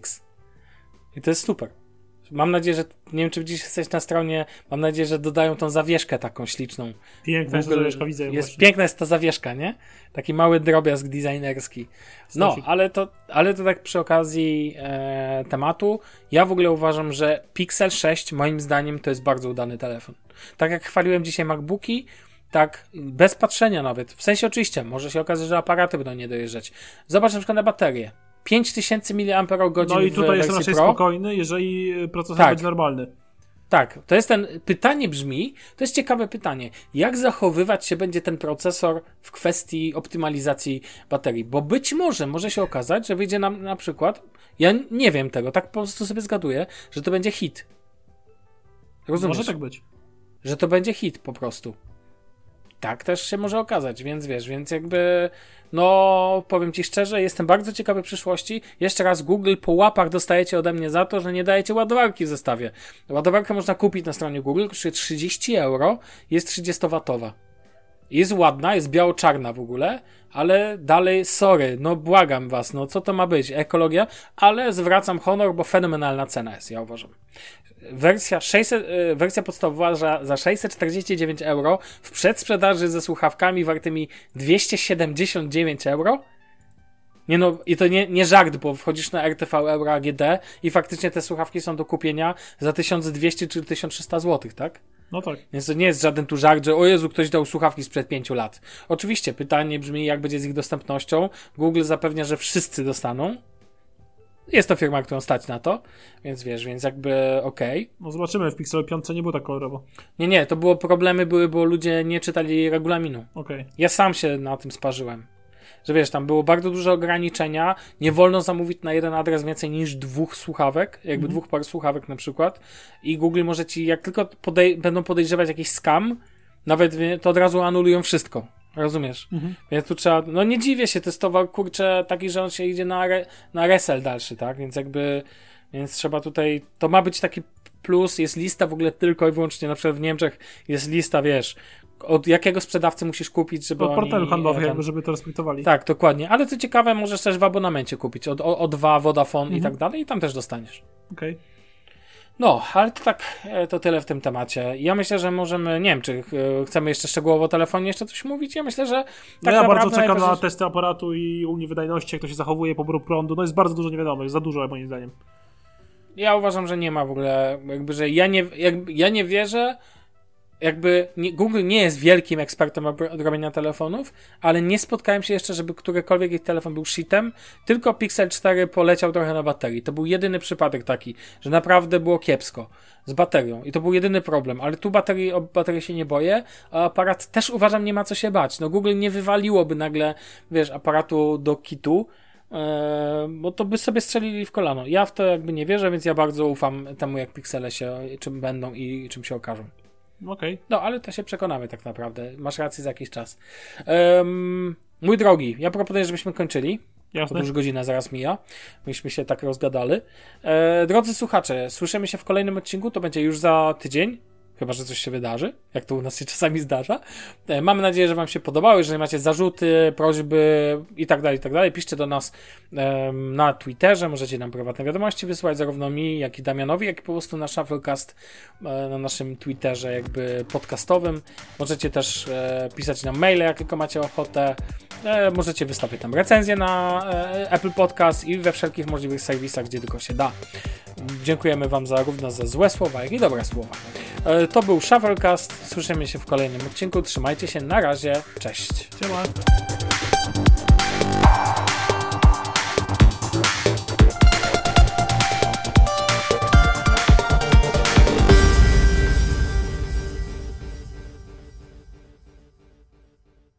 I to jest super. Mam nadzieję, że, nie wiem czy widzisz, jesteś na stronie, mam nadzieję, że dodają tą zawieszkę taką śliczną. Piękna jest ta zawieszka, widzę ją właśnie. Piękna jest ta zawieszka, nie? Taki mały drobiazg designerski. No, ale to tak przy okazji tematu. Ja w ogóle uważam, że Pixel 6 moim zdaniem to jest bardzo udany telefon. Tak jak chwaliłem dzisiaj MacBooki, tak bez patrzenia nawet. W sensie oczywiście, może się okazać, że aparaty będą nie dojeżdżać. Zobacz na przykład na baterię. 5000 mAh. No i tutaj jest raczej spokojny, jeżeli procesor będzie normalny. Tak, pytanie brzmi, to jest ciekawe pytanie, jak zachowywać się będzie ten procesor w kwestii optymalizacji baterii, bo być może się okazać, że wyjdzie nam na przykład, ja nie wiem tego, tak po prostu sobie zgaduję, że to będzie hit. Rozumiesz? Może tak być. Że to będzie hit po prostu. Tak też się może okazać, więc jakby, no powiem ci szczerze, jestem bardzo ciekawy przyszłości. Jeszcze raz Google po łapach dostajecie ode mnie za to, że nie dajecie ładowarki w zestawie. Ładowarkę można kupić na stronie Google, kosztuje 30 €, jest 30W. Jest ładna, jest biało-czarna w ogóle, ale dalej, sorry, no błagam was, no co to ma być, ekologia, ale zwracam honor, bo fenomenalna cena jest, ja uważam. Wersja podstawowa za 649 € w przedsprzedaży ze słuchawkami wartymi 279 €. Nie no, i to nie żart, bo wchodzisz na RTV Euro AGD i faktycznie te słuchawki są do kupienia za 1200 czy 1300 zł, tak? No tak. Więc to nie jest żaden tu żart, że o Jezu, ktoś dał słuchawki sprzed 5 lat. Oczywiście pytanie brzmi, jak będzie z ich dostępnością. Google zapewnia, że wszyscy dostaną. Jest to firma, którą stać na to, więc wiesz, więc jakby okej. No zobaczymy, w Pixel 5 nie było tak kolorowo. Nie, to problemy były, bo ludzie nie czytali regulaminu. Ja sam się na tym sparzyłem. Że wiesz, tam było bardzo duże ograniczenia, nie wolno zamówić na jeden adres więcej niż 2 słuchawek, jakby 2 par słuchawek na przykład i Google może ci, jak tylko będą podejrzewać jakiś scam, nawet to od razu anulują wszystko. Rozumiesz? Więc tu trzeba, no nie dziwię się, to jest towar, kurczę, taki, że on się idzie na resell dalszy, tak? Więc trzeba tutaj, to ma być taki plus, jest lista w ogóle tylko i wyłącznie, na przykład w Niemczech jest lista, wiesz, od jakiego sprzedawcy musisz kupić, żeby od portalu handlowych, żeby to respektowali. Tak, dokładnie, ale co ciekawe, możesz też w abonamencie kupić, od O2, Vodafone i tak dalej i tam też dostaniesz. Okej. No, ale to tyle w tym temacie. Ja myślę, że możemy, nie wiem, czy chcemy jeszcze szczegółowo o telefonie jeszcze coś mówić. Ja myślę, że tak ja bardzo czekam na testy aparatu i u mnie wydajności, jak to się zachowuje, pobór prądu. No jest bardzo dużo niewiadomych, jest za dużo moim zdaniem. Ja uważam, że nie ma w ogóle, jakby, że ja nie wierzę, jakby Google nie jest wielkim ekspertem od robienia telefonów, ale nie spotkałem się jeszcze, żeby którykolwiek ich telefon był shitem, tylko Pixel 4 poleciał trochę na baterii. To był jedyny przypadek taki, że naprawdę było kiepsko z baterią i to był jedyny problem, ale tu o baterię się nie boję, a aparat też uważam nie ma co się bać. No Google nie wywaliłoby nagle, wiesz, aparatu do kitu, bo to by sobie strzelili w kolano. Ja w to jakby nie wierzę, więc ja bardzo ufam temu, jak Pixele się, czym będą i czym się okażą. Okej. No, ale to się przekonamy tak naprawdę. Masz rację za jakiś czas. Mój drogi, ja proponuję, żebyśmy kończyli. Jasne. Bo już godzina zaraz mija. Myśmy się tak rozgadali. Drodzy słuchacze, słyszymy się w kolejnym odcinku. To będzie już za tydzień. Chyba że coś się wydarzy, jak to u nas się czasami zdarza. Mamy nadzieję, że wam się podobało. Jeżeli macie zarzuty, prośby i tak dalej, piszcie do nas na Twitterze. Możecie nam prywatne wiadomości wysłać, zarówno mi, jak i Damianowi, jak i po prostu na Shufflecast na naszym Twitterze jakby podcastowym. Możecie też pisać nam maile, jak tylko macie ochotę. Możecie wystawić tam recenzję na Apple Podcast i we wszelkich możliwych serwisach, gdzie tylko się da. Dziękujemy wam zarówno za złe słowa, jak i dobre słowa. To był Shufflecast. Słyszymy się w kolejnym odcinku. Trzymajcie się. Na razie. Cześć. Siema.